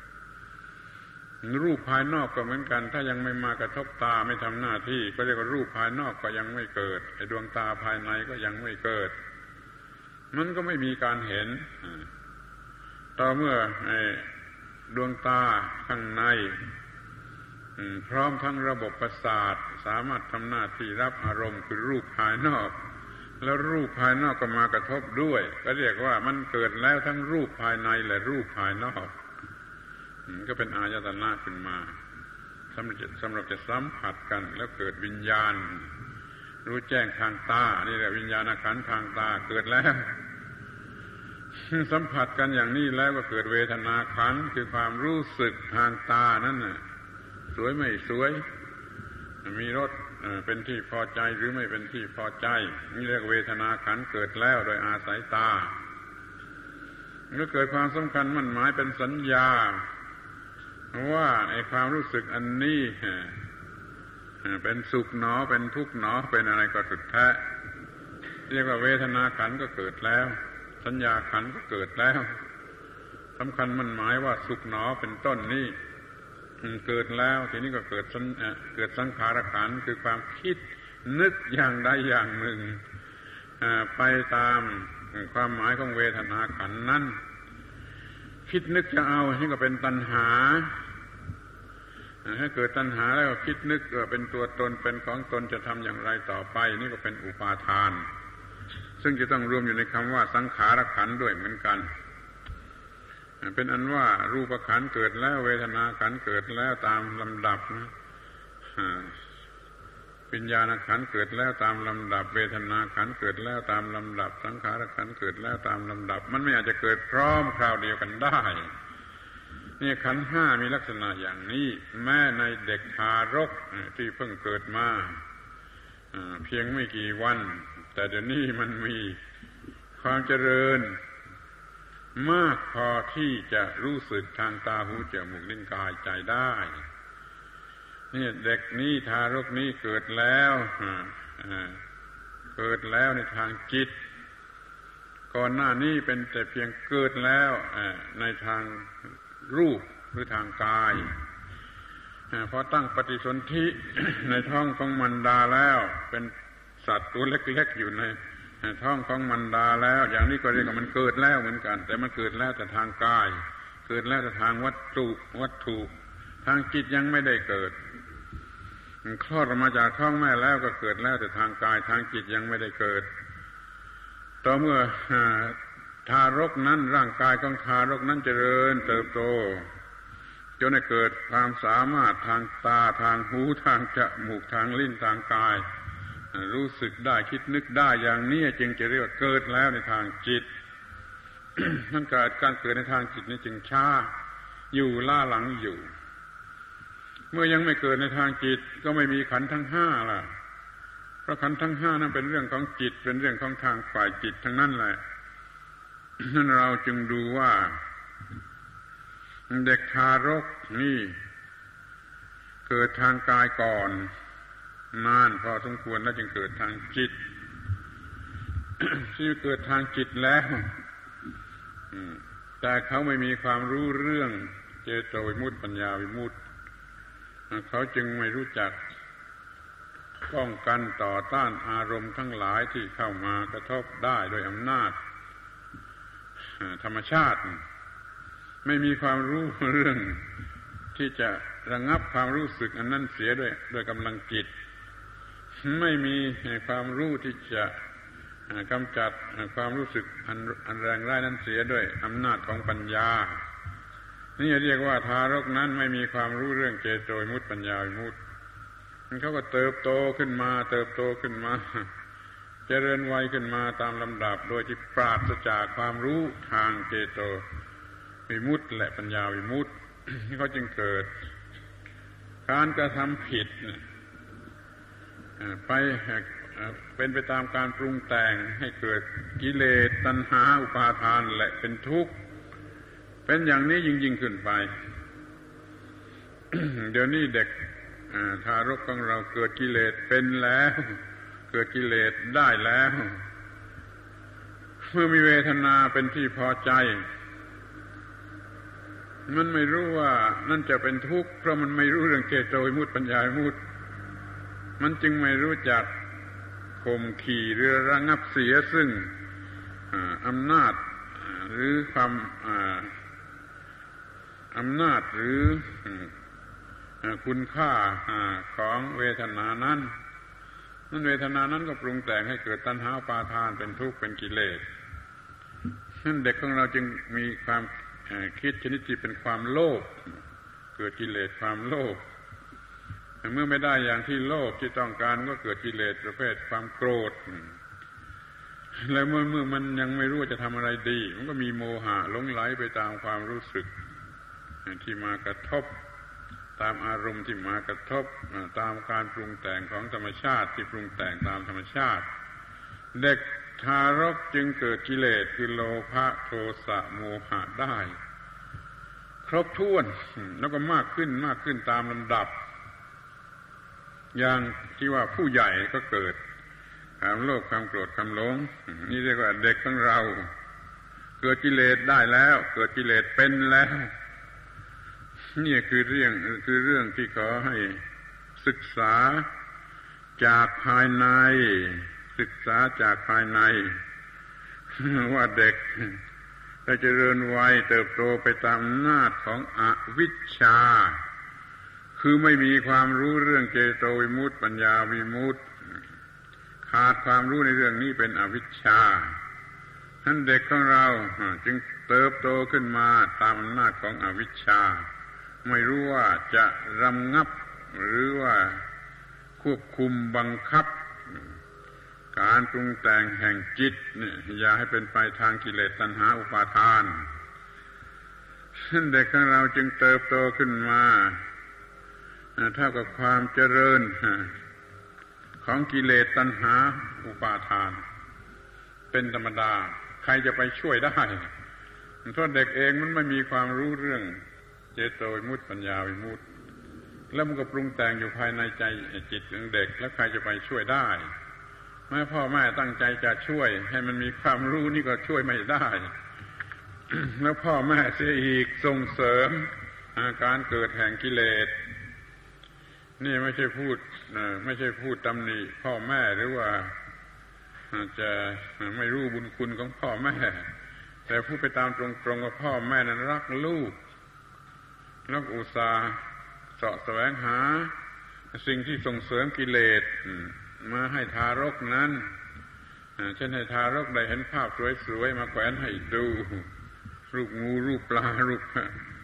รูปภายนอกก็เหมือนกันถ้ายังไม่มากระทบตาไม่ทำหน้าที่ก็เรียกว่ารูปภายนอกก็ยังไม่เกิดไอ้ดวงตาภายในก็ยังไม่เกิดมันก็ไม่มีการเห็นต่อเมื่อไอ้ดวงตาข้างในพร้อมทั้งระบบประสาทสามารถทำหน้าที่รับอารมณ์คือรูปภายนอกแล้วรูปภายนอกก็มากระทบด้วยก็เรียกว่ามันเกิดแล้วทั้งรูปภายในและรูปภายนอกก็เป็นอายตนะขึ้นมาสำหรับจะสัมผัสกันแล้วเกิดวิญญาณรู้แจ้งทางตานี่แหละวิญญาณขันธ์ทางตาเกิดแล้วสัมผัสกันอย่างนี้แล้วก็เกิดเวทนาขันธ์คือความรู้สึกทางตานั่นน่ะสวยไม่สวยมีรสเป็นที่พอใจหรือไม่เป็นที่พอใจนี่เรียกเวทนาขันธ์เกิดแล้วโดยอาศัยตาเมื่อเกิดความสำคัญมั่นหมายเป็นสัญญาว่าไอ้ความรู้สึกอันนี้เป็นสุขหนอเป็นทุกข์หนอเป็นอะไรก็สุดแท้เรียกว่าเวทนาขันธ์ก็เกิดแล้วสัญญาขันธ์ก็เกิดแล้วสำคัญมั่นหมายว่าสุขหนอเป็นต้นนี้เกิดแล้วทีนี้ก็เกิดสังขารขันธ์คือความคิดนึกอย่างใดอย่างหนึ่งไปตามความหมายของเวทนาขันธ์นั้นคิดนึกจะเอานี่ก็เป็นตัณหาให้เกิดตัณหาแล้วก็คิดนึกว่าเป็นตัวตนเป็นของตนจะทำอย่างไรต่อไปนี่ก็เป็นอุปาทานซึ่งจะต้องรวมอยู่ในคำว่าสังขารขันธ์ด้วยเหมือนกันเป็นอันว่ารูปขันธ์เกิดแล้วเวทนาขันธ์เกิดแล้วตามลำดับวิญญาณขันธ์เกิดแล้วตามลำดับเวทนาขันธ์เกิดแล้วตามลำดับสังขารขันธ์เกิดแล้วตามลำดับมันไม่อาจจะเกิดพร้อมคราวเดียวกันได้นี่ขันธ์ห้ามีลักษณะอย่างนี้แม้ในเด็กทารกที่เพิ่งเกิดมาเพียงไม่กี่วันแต่เดี๋ยวนี้มันมีความเจริญมากพอที่จะรู้สึกทางตาหูจมูกลิ้นกายใจได้นี่เด็กนี้ทารกนี้เกิดแล้วในทางจิตก่อนหน้านี้เป็นแต่เพียงเกิดแล้วในทางรูปหรือทางกายพอตั้งปฏิสนธิในท้องของมารดาแล้วเป็นสัตว์ตัวเล็กๆอยู่ในท้องของมารดาแล้วอย่างนี้ก็เรียกว่ามันเกิดแล้วเหมือนกันแต่มันเกิดแล้วแต่ทางกายเกิดแล้วแต่ทางวัตถุทางจิตยังไม่ได้เกิดคลอดออกมาจากท้องแม่แล้วก็เกิดแล้วแต่ทางกายทางจิตยังไม่ได้เกิดต่อเมื่อทารกนั้นร่างกายของทารกนั้นเจริญเติบโตจจนให้เกิดความสามารถทางตาทางหูทางจมูกทางลิ้นทางกายรู้สึกได้คิดนึกได้อย่างนี้จึงจะเรียกว่าเกิดแล้วในทางจิต นั่นการเกิดในทางจิตนี้จึงช้าอยู่ล่าหลังอยู่เมื่อยังไม่เกิดในทางจิตก็ไม่มีขันธ์ทั้งห้าล่ะเพราะขันธ์ทั้งห้านั้นเป็นเรื่องของจิตเป็นเรื่องของทางฝ่ายจิตทั้งนั้นแหละนั่นเราจึงดูว่าเด็กทารกนี่เกิดทางกายก่อนนานพอสมควรแล้วจึงเกิดทางจิต ที่เกิดทางจิตแล้วแต่เขาไม่มีความรู้เรื่องเจโตวิมุตติปัญญาวิมุตติเขาจึงไม่รู้จักป้องกันต่อต้านอารมณ์ทั้งหลายที่เข้ามากระทบได้โดยอำนาจธรรมชาติไม่มีความรู้เรื่องที่จะระงับความรู้สึกอันนั้นเสียด้วยกำลังจิตไม่มีความรู้ที่จะกำจัดความรู้สึกอันแรงร้ายนั้นเสียด้วยอำนาจของปัญญานี่เรียกว่าทารกนั้นไม่มีความรู้เรื่องเจโตวิมุตติปัญญาวิมุตติเขาก็เติบโตขึ้นมาเจริญวัยขึ้นมาตามลำดับโดยที่ปราศจากความรู้ทางเจโตวิมุตติและปัญญาวิมุตติเขาจึงเกิดการกระทำผิดไปเป็นไปตามการปรุงแต่งให้เกิดกิเลสตัณหาอุปาทานและเป็นทุกข์เป็นอย่างนี้ยิ่งขึ้นไป เดี๋ยวนี้เด็กทารกของเราเกิดกิเลสเป็นแล้วเกิดกิเลสได้แล้วเมื่อมีเวทนาเป็นที่พอใจมันไม่รู้ว่านั่นจะเป็นทุกข์เพราะมันไม่รู้เรื่องเจโตวิมุตติปัญญาวิมุตติมันจึงไม่รู้จักข่มขีหรือระงับเสียซึ่งอำนาจหรือความอำนาจหรือคุณค่าของเวทนานั้นเวทนานั้นก็ปรุงแต่งให้เกิดตัณหาอุปาทานเป็นทุกข์เป็นกิเลสนั่นเด็กของเราจึงมีความคิดชนิดที่เป็นความโลภเกิดกิเลสความโลภเมื่อไม่ได้อย่างที่โลภที่ต้องการก็เกิดกิเลสประเภทความโกรธแล้วเมื่อมันยังไม่รู้จะทำอะไรดีมันก็มีโมหะหลงไหลไปตามความรู้สึกที่มากระทบตามอารมณ์ที่มากระทบตามการปรุงแต่งของธรรมชาติที่ปรุงแต่งตามธรรมชาติเด็กทารกจึงเกิดกิเลสคือโลภะโทสะโมหะได้ครบถ้วนแล้วก็มากขึ้นตามลำดับอย่างที่ว่าผู้ใหญ่ก็เกิดความโลภความโกรธความหลงนี่เรียกว่าเด็กของเราเกิดกิเลสได้แล้วเกิดกิเลสเป็นแล้วนี่คือเรื่องที่ขอให้ศึกษาจากภายในว่าเด็กได้เจริญวัยเติบโตไปตามอำนาจของอวิชชาคือไม่มีความรู้เรื่องเจโตวิมุตติปัญญาวิมุตติขาดความรู้ในเรื่องนี้เป็นอวิชชาท่านเด็กของเราจึงเติบโตขึ้นมาตามอำนาจของอวิชชาไม่รู้ว่าจะรำงับหรือว่าควบคุมบังคับการปรุงแต่งแห่งจิตเนี่ยอย่าให้เป็นไปทางกิเลสตัณหาอุปาทานท่านเด็กของเราจึงเติบโตขึ้นมาเท่ากับความเจริญของกิเลสตัณหาอุปาทานเป็นธรรมดาใครจะไปช่วยได้เพราะเด็กเองมันไม่มีความรู้เรื่องเจโตวิมุตติปัญญาวิมุตติแล้วมันก็ปรุงแต่งอยู่ภายในใจจิตของเด็กแล้วใครจะไปช่วยได้แม้พ่อแม่ตั้งใจจะช่วยให้มันมีความรู้นี่ก็ช่วยไม่ได้ แล้วพ่อแม่เสียอีกส่งเสริมการเกิดแห่งกิเลสนี่ไม่ใช่พูดตำหนิพ่อแม่หรือว่าจะไม่รู้บุญคุณของพ่อแม่แต่พูดไปตามตรงๆว่าพ่อแม่นั้นรักลูกแล้วอุตส่าห์เสาะแสวงหาสิ่งที่ส่งเสริมกิเลสมาให้ทารกนั้นเช่นให้ทารกได้เห็นภาพสวยๆมาแขวนให้ดูรูปงูรูปปลารูป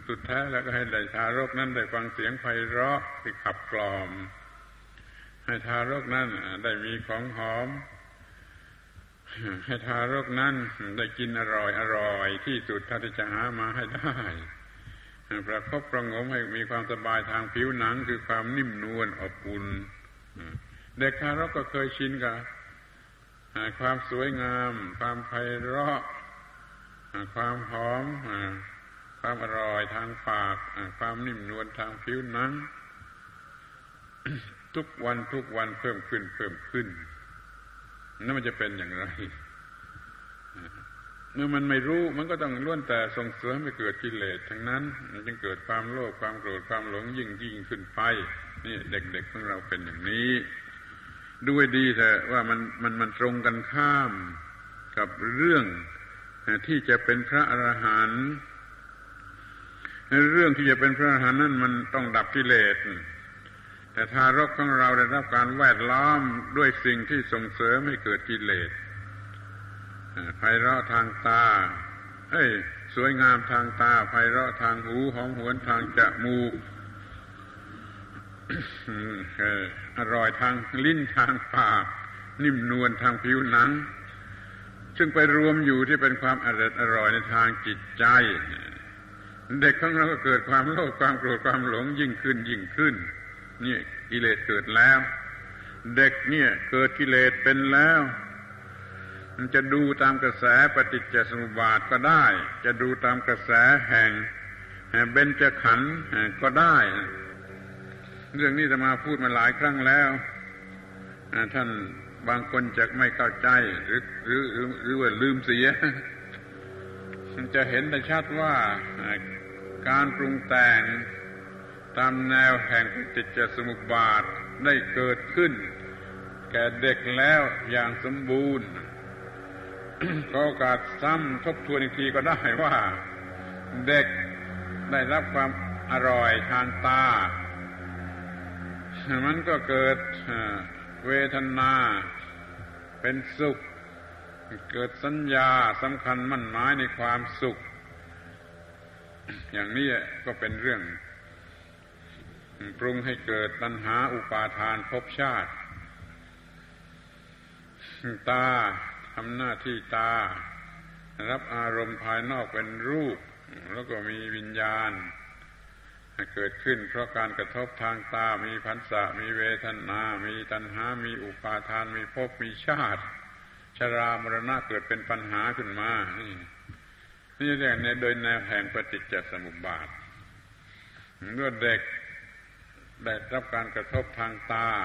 สุดแท้แล้วก็ให้ได้ทารกนั้นได้ฟังเสียงไพเราะที่ขับกล่อมให้ทารกนั้นได้มีของหอมให้ทารกนั้นได้กินอร่อยที่สุดเท่าที่จะหามาให้ได้ประคบประงมให้มีความสบายทางผิวหนังคือความนิ่มนวลอบอุ่นเด็กทารกก็เคยชินกับความสวยงามความไพเราะความหอมความอร่อยทางปากความนิ่มนวลทางผิวหนังทุกวันเพิ่มขึ้นนั่นมันจะเป็นอย่างไรเมื่อมันไม่รู้มันก็ต้องล้วนแต่ส่งเสริมให้เกิดกิเลสทั้งนั้นมันจึงเกิดความโลภความโกรธความหลงยิ่งขึ้นไปนี่เด็กๆของเราเป็นอย่างนี้ด้วยดีแต่ว่ามันตรงกันข้ามกับเรื่องที่จะเป็นพระอรหันต์เรื่องที่จะเป็นพระอรหันต์นั้นมันต้องดับกิเลสแต่ทารกของเราได้รับการแวดล้อมด้วยสิ่งที่ส่งเสริมให้เกิดกิเลสไพเราะทางตาสวยงามทางตาไพเราะทางหูหอมหวนทางจมูกอร่อยทางลิ้นทางปากนิ่มนวลทางผิวหนังซึ่งไปรวมอยู่ที่เป็นความอร่อยในทางจิตใจเด็กของเราก็เกิดความโลภความโกรธความหลงยิ่งขึ้นนี่กิเลสเกิดแล้วเด็กเนี่ยเกิดกิเลสเป็นแล้วมันจะดูตามกระแสปฏิจจสมุปบาทก็ได้จะดูตามกระแสแห่งเบญจขันธ์ก็ได้เรื่องนี้อาตมาพูดมาหลายครั้งแล้วท่านบางคนจะไม่เข้าใจหรือว่าลืมเสียมันจะเห็นได้ชัดว่าการปรุงแต่งตามแนวแห่งปฏิจจสมุปบาทได้เกิดขึ้นแก่เด็กแล้วอย่างสมบูรณ์ก็โอกาสซ้ำทบทวนอีกทีก็ได้ว่าเด็กได้รับความอร่อยทางตามันก็เกิดเวทนาเป็นสุขเกิดสัญญาสำคัญมั่นหมายในความสุขอย่างนี้ก็เป็นเรื่องปรุงให้เกิดตัณหาอุปาทานภพชาติตาทำหน้าที่ตารับอารมณ์ภายนอกเป็นรูปแล้วก็มีวิญญาณเกิดขึ้นเพราะการกระทบทางตามีผัสสะมีเวทนามีตัณหามีอุปาทานมีภพมีชาติชรามรณะเกิดเป็นปัญหาขึ้นมานี่เรียกในโดยแนวแห่งปฏิจจสมุปบาทเมื่อเด็กได้รับการกระทบทางตา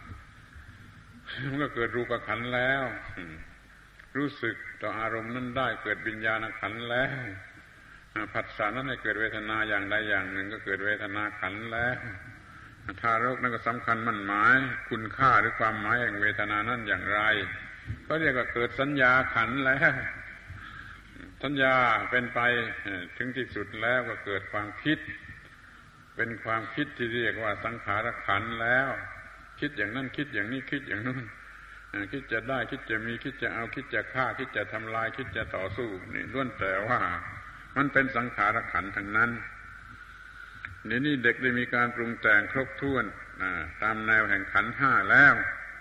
มันก็เกิดรูปขันธ์แล้วรู้สึกต่ออารมณ์นั้นได้เกิดวิญญาณขันธ์แล้วผัสสะนั้นให้เกิดเวทนาอย่างใดอย่างหนึ่งก็เกิดเวทนาขันธ์แล้วทารกนั้นก็สำคัญมั่นหมายคุณค่าหรือความหมายแห่งเวทนานั้นอย่างไรก็เรียกว่าเกิดสัญญาขันธ์แล้วสัญญาเป็นไปถึงที่สุดแล้วก็เกิดความคิดเป็นความคิดที่เรียกว่าสังขารขันธ์แล้วคิดอย่างนั้นคิดอย่างนี้คิดอย่างนู้นคิดจะได้คิดจะมีคิดจะเอาคิดจะฆ่าคิดจะทำลายคิดจะต่อสู้นี่ล้วนแต่ว่ามันเป็นสังขารขันธ์ทั้งนั้นนี่เด็กได้มีการปรุงแต่งครบถ้วนตามแนวแห่งขันธ์ห้าแล้ว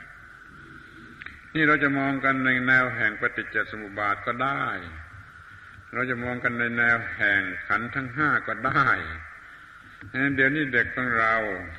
นี่เราจะมองกันในแนวแห่งปฏิจจสมุปบาทก็ได้เราจะมองกันในแนวแห่งขันธ์ทั้งห้าก็ได้เดี๋ยวนี้เด็กของเรา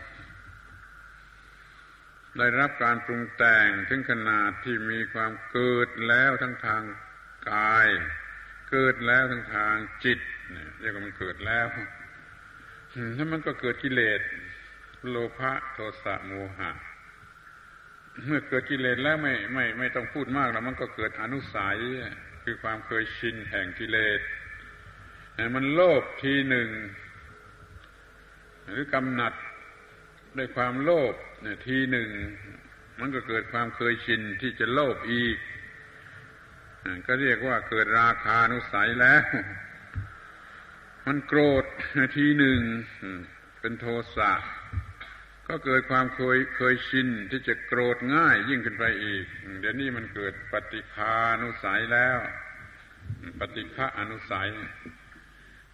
ได้รับการปรุงแต่งถึงขนาดที่มีความเกิดแล้วทั้งทางกายเกิดแล้วทั้งทางจิตเรียกว่ามันเกิดแล้วถ้ามันก็เกิดกิเลสโลภะโทสะโมหะเมื่อเกิดกิเลสแล้วไม่ต้องพูดมากแล้วมันก็เกิดอนุสัยคือความเคยชินแห่งกิเลสมันโลภทีหนึ่งหรือกำหนัดด้วยความโลภทีหนึ่งมันก็เกิดความเคยชินที่จะโลภอีกก็เรียกว่าเกิดราคานุสัยแล้วมันโกรธทีหนึ่งเป็นโทสะก็เกิดความเคยชินที่จะโกรธง่ายยิ่งขึ้นไปอีกเดี๋ยวนี้มันเกิดปฏิฆานุสัยแล้วปฏิฆะอนุสัย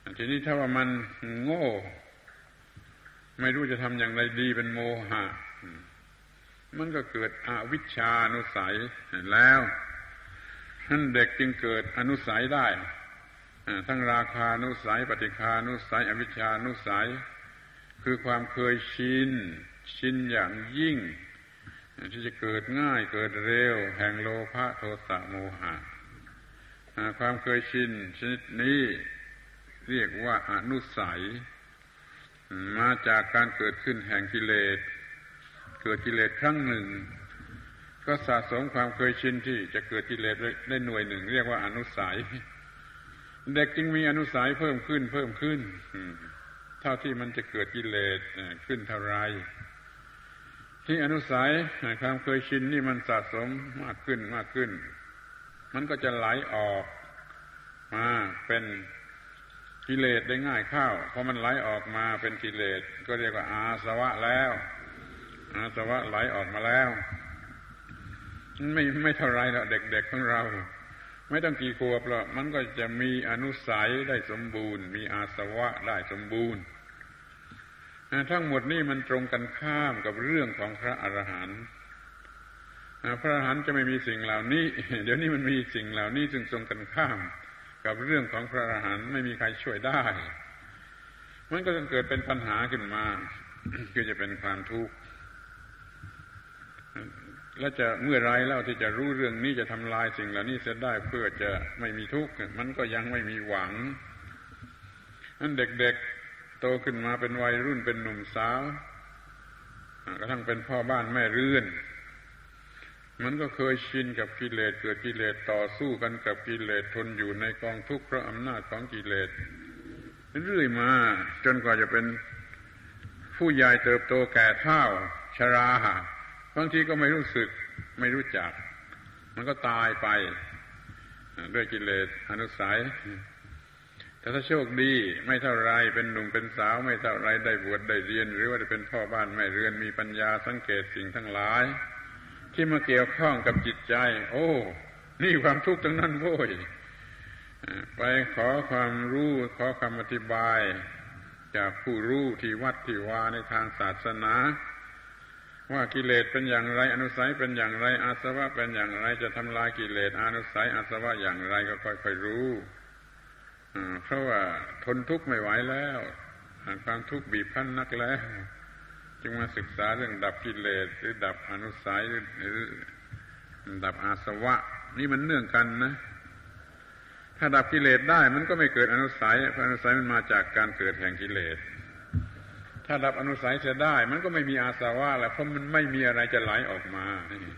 ทีนี้ถ้าว่ามันโง่ไม่รู้จะทำอย่างไรดีเป็นโมหะมันก็เกิดอวิชชานุสัยแล้วท่านเด็กจึงเกิดอนุสัยได้ทั้งราคานุสัยปฏิฆานุสัยอวิชชานุสัยคือความเคยชินอย่างยิ่งที่จะเกิดง่ายเกิดเร็วแห่งโลภะโทสะโมหะความเคยชินชนิดนี้เรียกว่าอนุสัยมาจากการเกิดขึ้นแห่งกิเลสเกิดกิเลสครั้งหนึ่งก็สะสมความเคยชินที่จะเกิดกิเลสได้หน่วยหนึ่งเรียกว่าอนุสัยเด็กจึงมีอนุสัยเพิ่มขึ้นเท่าที่มันจะเกิดกิเลสขึ้นเท่าไรที่อนุสัยความเคยชินนี่มันสะสมมากขึ้นมันก็จะไหลออกมาเป็นกิเลสได้ง่ายเข้าพอมันไหลออกมาเป็นกิเลสก็เรียกว่าอาสวะแล้วอาสวะไหลออกมาแล้วไม่เท่าไรแล้วเด็กๆของเราไม่ต้องกี่ขวบหรอกมันก็จะมีอนุสัยได้สมบูรณ์มีอาสวะได้สมบูรณ์ทั้งหมดนี่มันตรงกันข้ามกับเรื่องของพระอรหันต์พระอรหันต์จะไม่มีสิ่งเหล่านี้เดี๋ยวนี้มันมีสิ่งเหล่านี้ซึ่งตรงกันข้ามกับเรื่องของพระอรหันต์ไม่มีใครช่วยได้มันก็จะเกิดเป็นปัญหาขึ้นมาคือจะเป็นความทุกข์แล้วจะเมื่อไรแล้วที่จะรู้เรื่องนี้จะทำลายสิ่งเหล่านี้เสียได้เพื่อจะไม่มีทุกข์มันก็ยังไม่มีหวังนั้นเด็กๆโตขึ้นมาเป็นวัยรุ่นเป็นหนุ่มสาวกระทั่งเป็นพ่อบ้านแม่เรือนมันก็เคยชินกับกิเลสเกิดกิเลสต่อสู้กันกับกิเลสทนอยู่ในกองทุกข์เพราะอำนาจของกิเลสเรื่อยมาจนกว่าจะเป็นผู้ใหญ่เติบโตแก่เฒ่าชราบางทีก็ไม่รู้สึกไม่รู้จักมันก็ตายไปด้วยกิเลสอนุสัยแต่ถ้าโชคดีไม่เท่าไรเป็นหนุ่มเป็นสาวไม่เท่าไรได้บวชได้เรียนหรือว่าจะเป็นพ่อบ้านแม่เรือนมีปัญญาสังเกตสิ่งทั้งหลายที่มาเกี่ยวข้องกับจิตใจโอ้นี่ความทุกข์ทั้งนั้นโว้ยไปขอความรู้ขอคำอธิบายจากผู้รู้ที่วัดที่วาในทางศาสนาว่ากิเลสเป็นอย่างไรอนุสัยเป็นอย่างไรอาสวะเป็นอย่างไรจะทำลายกิเลสอนุสัยอาสวะอย่างไรก็ค่อยๆรู้เพราะว่าทนทุกข์ไม่ไหวแล้วความทุกข์บีบคั้นนักแล้วจึงมาศึกษาเรื่องดับกิเลสหรือดับอนุสัยหรือดับอาสวะนี่มันเนื่องกันนะถ้าดับกิเลสได้มันก็ไม่เกิดอนุสัยเพราะอนุสัยมันมาจากการเกิดแห่งกิเลสถ้าดับอนุสัยเสียได้มันก็ไม่มีอาสวะแล้วเพราะมันไม่มีอะไรจะไหลออกมา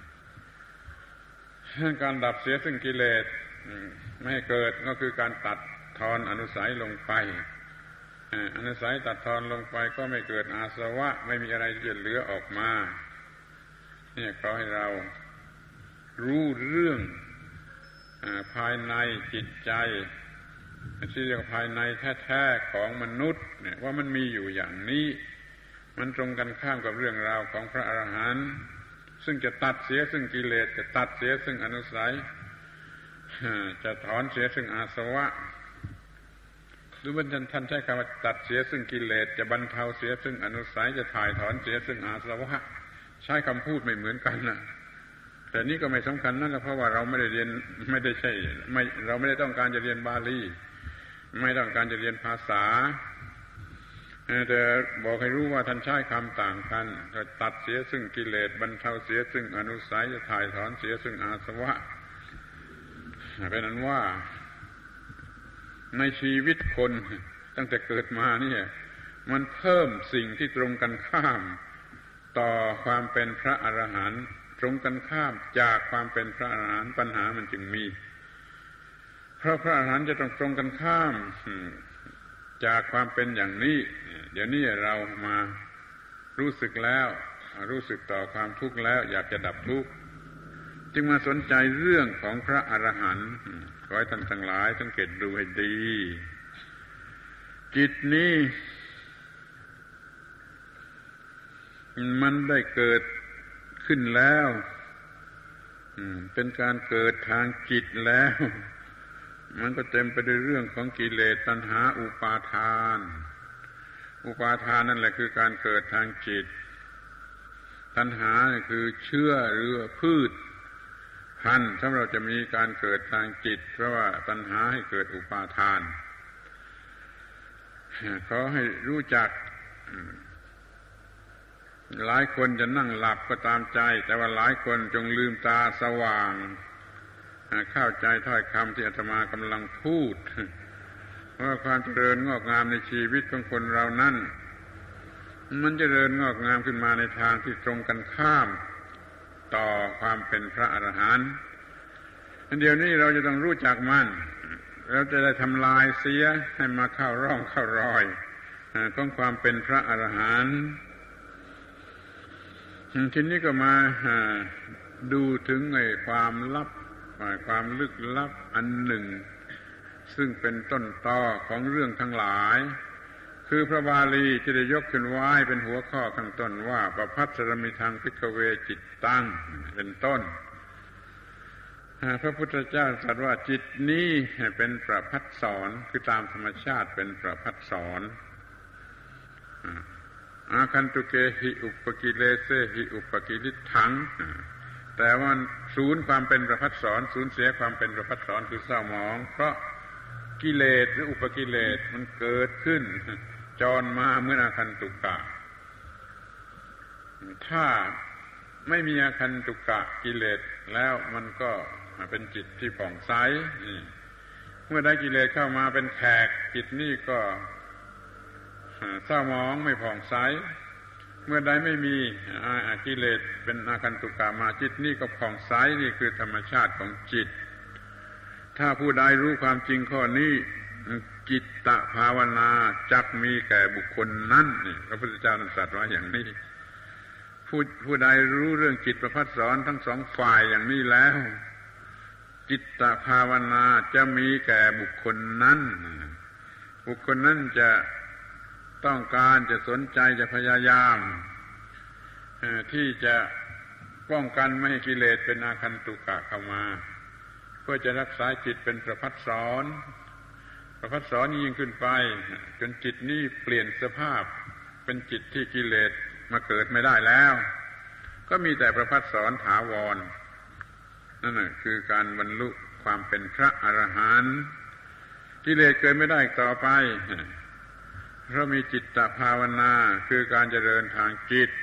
การดับเสียซึ่งกิเลสไม่ให้เกิดก็คือการตัดทอนอนุสัยลงไปอนุสัยตัดทอนลงไปก็ไม่เกิดอาสวะไม่มีอะไรจะเหลือออกมาเนี่ยขอให้เรารู้เรื่องภายในจิตใจที่เรียกภายในแท้ๆของมนุษย์เนี่ยว่ามันมีอยู่อย่างนี้มันตรงกันข้ามกับเรื่องราวของพระอรหันต์ซึ่งจะตัดเสียซึ่งกิเลสจะตัดเสียซึ่งอนุสัยจะถอนเสียซึ่งอาสวะหรือว่าท่านใช้คำว่าตัดเสียซึ่งกิเลสจะบรรเทาเสียซึ่งอนุสัยจะถ่ายถอนเสียซึ่งอาสวะใช้คำพูดไม่เหมือนกันนะแต่นี่ก็ไม่สำคัญนั่นเพราะว่าเราไม่ได้เรียนเราไม่ได้ต้องการจะเรียนบาลีไม่ต้องการจะเรียนภาษาแต่บอกให้รู้ว่าท่านใช้คำต่างกันจะตัดเสียซึ่งกิเลสบรรเทาเสียซึ่งอนุสัยจะถ่ายถอนเสียซึ่งอาสวะเป็นนั้นว่าในชีวิตคนตั้งแต่เกิดมาเนี่ยมันเพิ่มสิ่งที่ตรงกันข้ามต่อความเป็นพระอรหันต์ตรงกันข้ามจากความเป็นพระอรหันต์ปัญหามันจึงมีเพราะพระอรหันต์จะต้องตรงกันข้ามจากความเป็นอย่างนี้เดี๋ยวนี้เรามารู้สึกแล้วรู้สึกต่อความทุกข์แล้วอยากจะดับทุกข์จึงมาสนใจเรื่องของพระอรหันต์ขอให้ท่านทั้งหลายสังเกตดูให้ดีจิตนี้มันได้เกิดขึ้นแล้วเป็นการเกิดทางจิตแล้วมันก็เต็มไปด้วยเรื่องของกิเลสตัณหาอุปาทานนั่นแหละคือการเกิดทางจิตตัณหาคือเชื้อหรือพืชพันธุ์สำหรับจะมีการเกิดทางจิตเพราะว่าตัณหาให้เกิดอุปาทานขอให้รู้จักหลายคนจะนั่งหลับก็ตามใจแต่ว่าหลายคนจงลืมตาสว่างเข้าใจถ้อยคำที่อาตมากำลังพูดว่าความเจริญงอกงามในชีวิตของคนเรานั้นมันเจริญงอกงามขึ้นมาในทางที่ตรงกันข้ามต่อความเป็นพระอรหันต์เดี๋ยวนี้เราจะต้องรู้จักมันเราจะได้ทำลายเสียให้มาเข้าร่องเข้ารอยของความเป็นพระอรหันต์ทีนี้ก็มาดูถึงความลับความลึกลับอันหนึ่งซึ่งเป็นต้นตอของเรื่องทั้งหลายคือพระบาลีที่ได้ยกขึ้นไว้เป็นหัวข้อข้างต้นว่าปภัสสรมิทังภิกขเวจิตตังเป็นต้นพระพุทธเจ้าตรัสว่าจิตนี้เป็นประภัสสรคือตามธรรมชาติเป็นประภัสสรอาคันตุเกหิอุปกิเลเสหิอุปกิลิทังแต่ว่าศูนย์ความเป็นประภัสสรสูญเสียความเป็นประภัสสรคือเศร้าหมองเพราะกิเลสหรืออุปกิเลสมันเกิดขึ้นจรมาเหมือนอาคันตุกะถ้าไม่มีอาคันตุกะกิเลสแล้วมันก็เป็นจิตที่ผ่องใสเมื่อได้กิเลสเข้ามาเป็นแขกจิตนี่ก็เศร้าหมองไม่ผ่องใสเมื่อใดไม่มีกิเลสเป็นอาคันตุกะมาจิตนี่ก็ผ่องใสนี่คือธรรมชาติของจิตถ้าผู้ใดรู้ความจริงข้อนี้จิตตภาวนาจักมีแก่บุคคลนั้นนี่พระพุทธเจ้าตรัสไว้อย่างนี้ผู้ใดรู้เรื่องจิตประภัสสรทั้งสองฝ่ายอย่างนี้แล้วจิตตภาวนาจะมีแก่บุคคลนั้นบุคคลนั้นจะต้องการจะสนใจจะพยายามที่จะป้องกันไม่ให้กิเลสเป็นอาคันตุกะเข้ามาเพื่อจะรักษาจิตเป็นประภัสสรยิ่งขึ้นไปจนจิตนี้เปลี่ยนสภาพเป็นจิตที่กิเลสมาเกิดไม่ได้แล้วก็มีแต่ประภัสสรถาวรนั่นน่ะคือการบรรลุความเป็นพระอรหันต์กิเลสเกิดไม่ได้ต่อไปเพราะมีจิตตภาวนาคือการเจริญทางจิต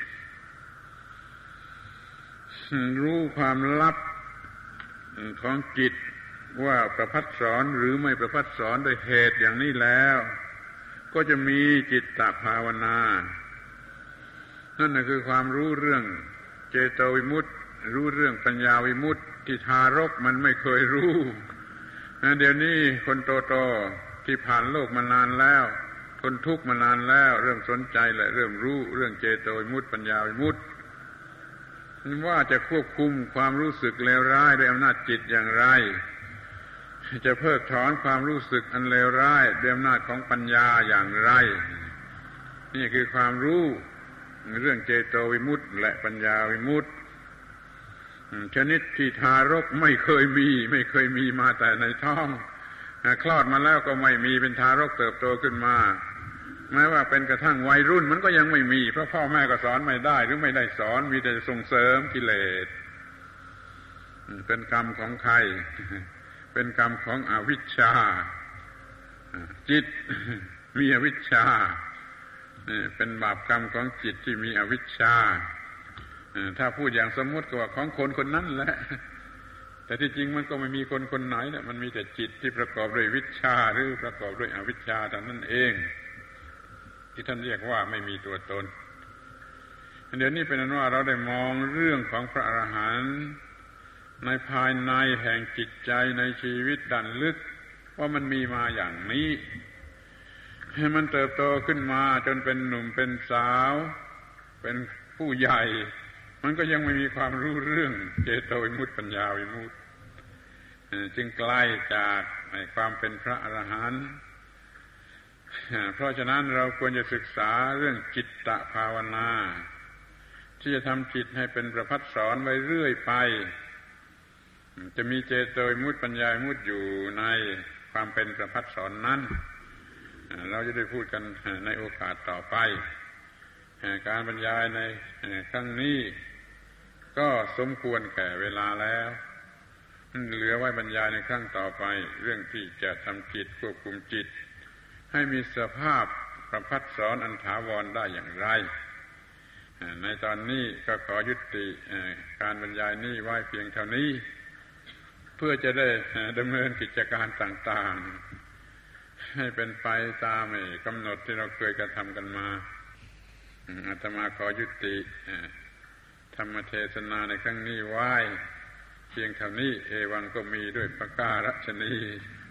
รู้ความลับของจิตว่าประภัสสรหรือไม่ประภัสสรโดยเหตุอย่างนี้แล้วก็จะมีจิตตภาวนานั่นน่ะคือความรู้เรื่องเจโตวิมุตติรู้เรื่องปัญญาวิมุตติที่ทารกมันไม่เคยรู้เดี๋ยวนี้คนโตๆที่ผ่านโลกมานานแล้วทนทุกข์มานานแล้วเริ่มสนใจและเริ่มรู้เรื่องเจโตวิมุตติปัญญาวิมุตติว่าจะควบคุมความรู้สึกเลวร้ายด้วยอำนาจจิตอย่างไรจะเพิกถอนความรู้สึกอันเลวร้ายด้วยอำนาจของปัญญาอย่างไรนี่คือความรู้เรื่องเจโตวิมุตติและปัญญาวิมุตติชนิดที่ทารกไม่เคยมีมาแต่ในท้องคลอดมาแล้วก็ไม่มีเป็นทารกเติบโตขึ้นมาแม้ว่าเป็นกระทั่งวัยรุ่นมันก็ยังไม่มีเพราะพ่อแม่ก็สอนไม่ได้หรือไม่ได้สอนมีแต่ส่งเสริมกิเลสเป็นกรรมของใครเป็นกรรมของอวิชชาจิตมีอวิชชาเป็นบาปกรรมของจิตที่มีอวิชชาถ้าพูดอย่างสมมติก็ว่าของคนคนนั้นแหละแต่ที่จริงมันก็ไม่มีคนคนไหนแหละมันมีแต่จิตที่ประกอบด้วยวิชชาหรือประกอบด้วยอวิชชาเท่านั้นเองที่ท่านเรียกว่าไม่มีตัวตนเดี๋ยวนี้เป็นนั้นว่าเราได้มองเรื่องของพระอรหันต์ในภายในแห่งจิตใจในชีวิตดันลึกว่ามันมีมาอย่างนี้ให้มันเติบโตขึ้นมาจนเป็นหนุ่มเป็นสาวเป็นผู้ใหญ่มันก็ยังไม่มีความรู้เรื่องเจโตวิมุตติปัญญาวิมุตติจึงไกลจากความเป็นพระอรหันต์เพราะฉะนั้นเราควรจะศึกษาเรื่องจิตตภาวนาที่จะทำจิตให้เป็นประภัสสรไว้เรื่อยไปจะมีเจโตวิมุตติปัญญาวิมุตติอยู่ในความเป็นประภัสสรนั้นเราจะได้พูดกันในโอกาสต่อไปการบรรยายในครั้งนี้ก็สมควรแก่เวลาแล้วเหลือไว้บรรยายในครั้งต่อไปเรื่องที่จะทำจิตควบคุมจิตให้มีสภาพประภัสสรอันถาวรได้อย่างไรในตอนนี้ก็ขอยุติการบรรยายนี้ไว้เพียงเท่านี้เพื่อจะได้ดำเนินกิจการต่างๆให้เป็นไปตามกำหนดที่เราเคยกระทำกันมาอาตมาขอยุติธรรมเทศนาในครั้งนี้ไว้เพียงเท่านี้เอวังก็มีด้วยประการฉะนี้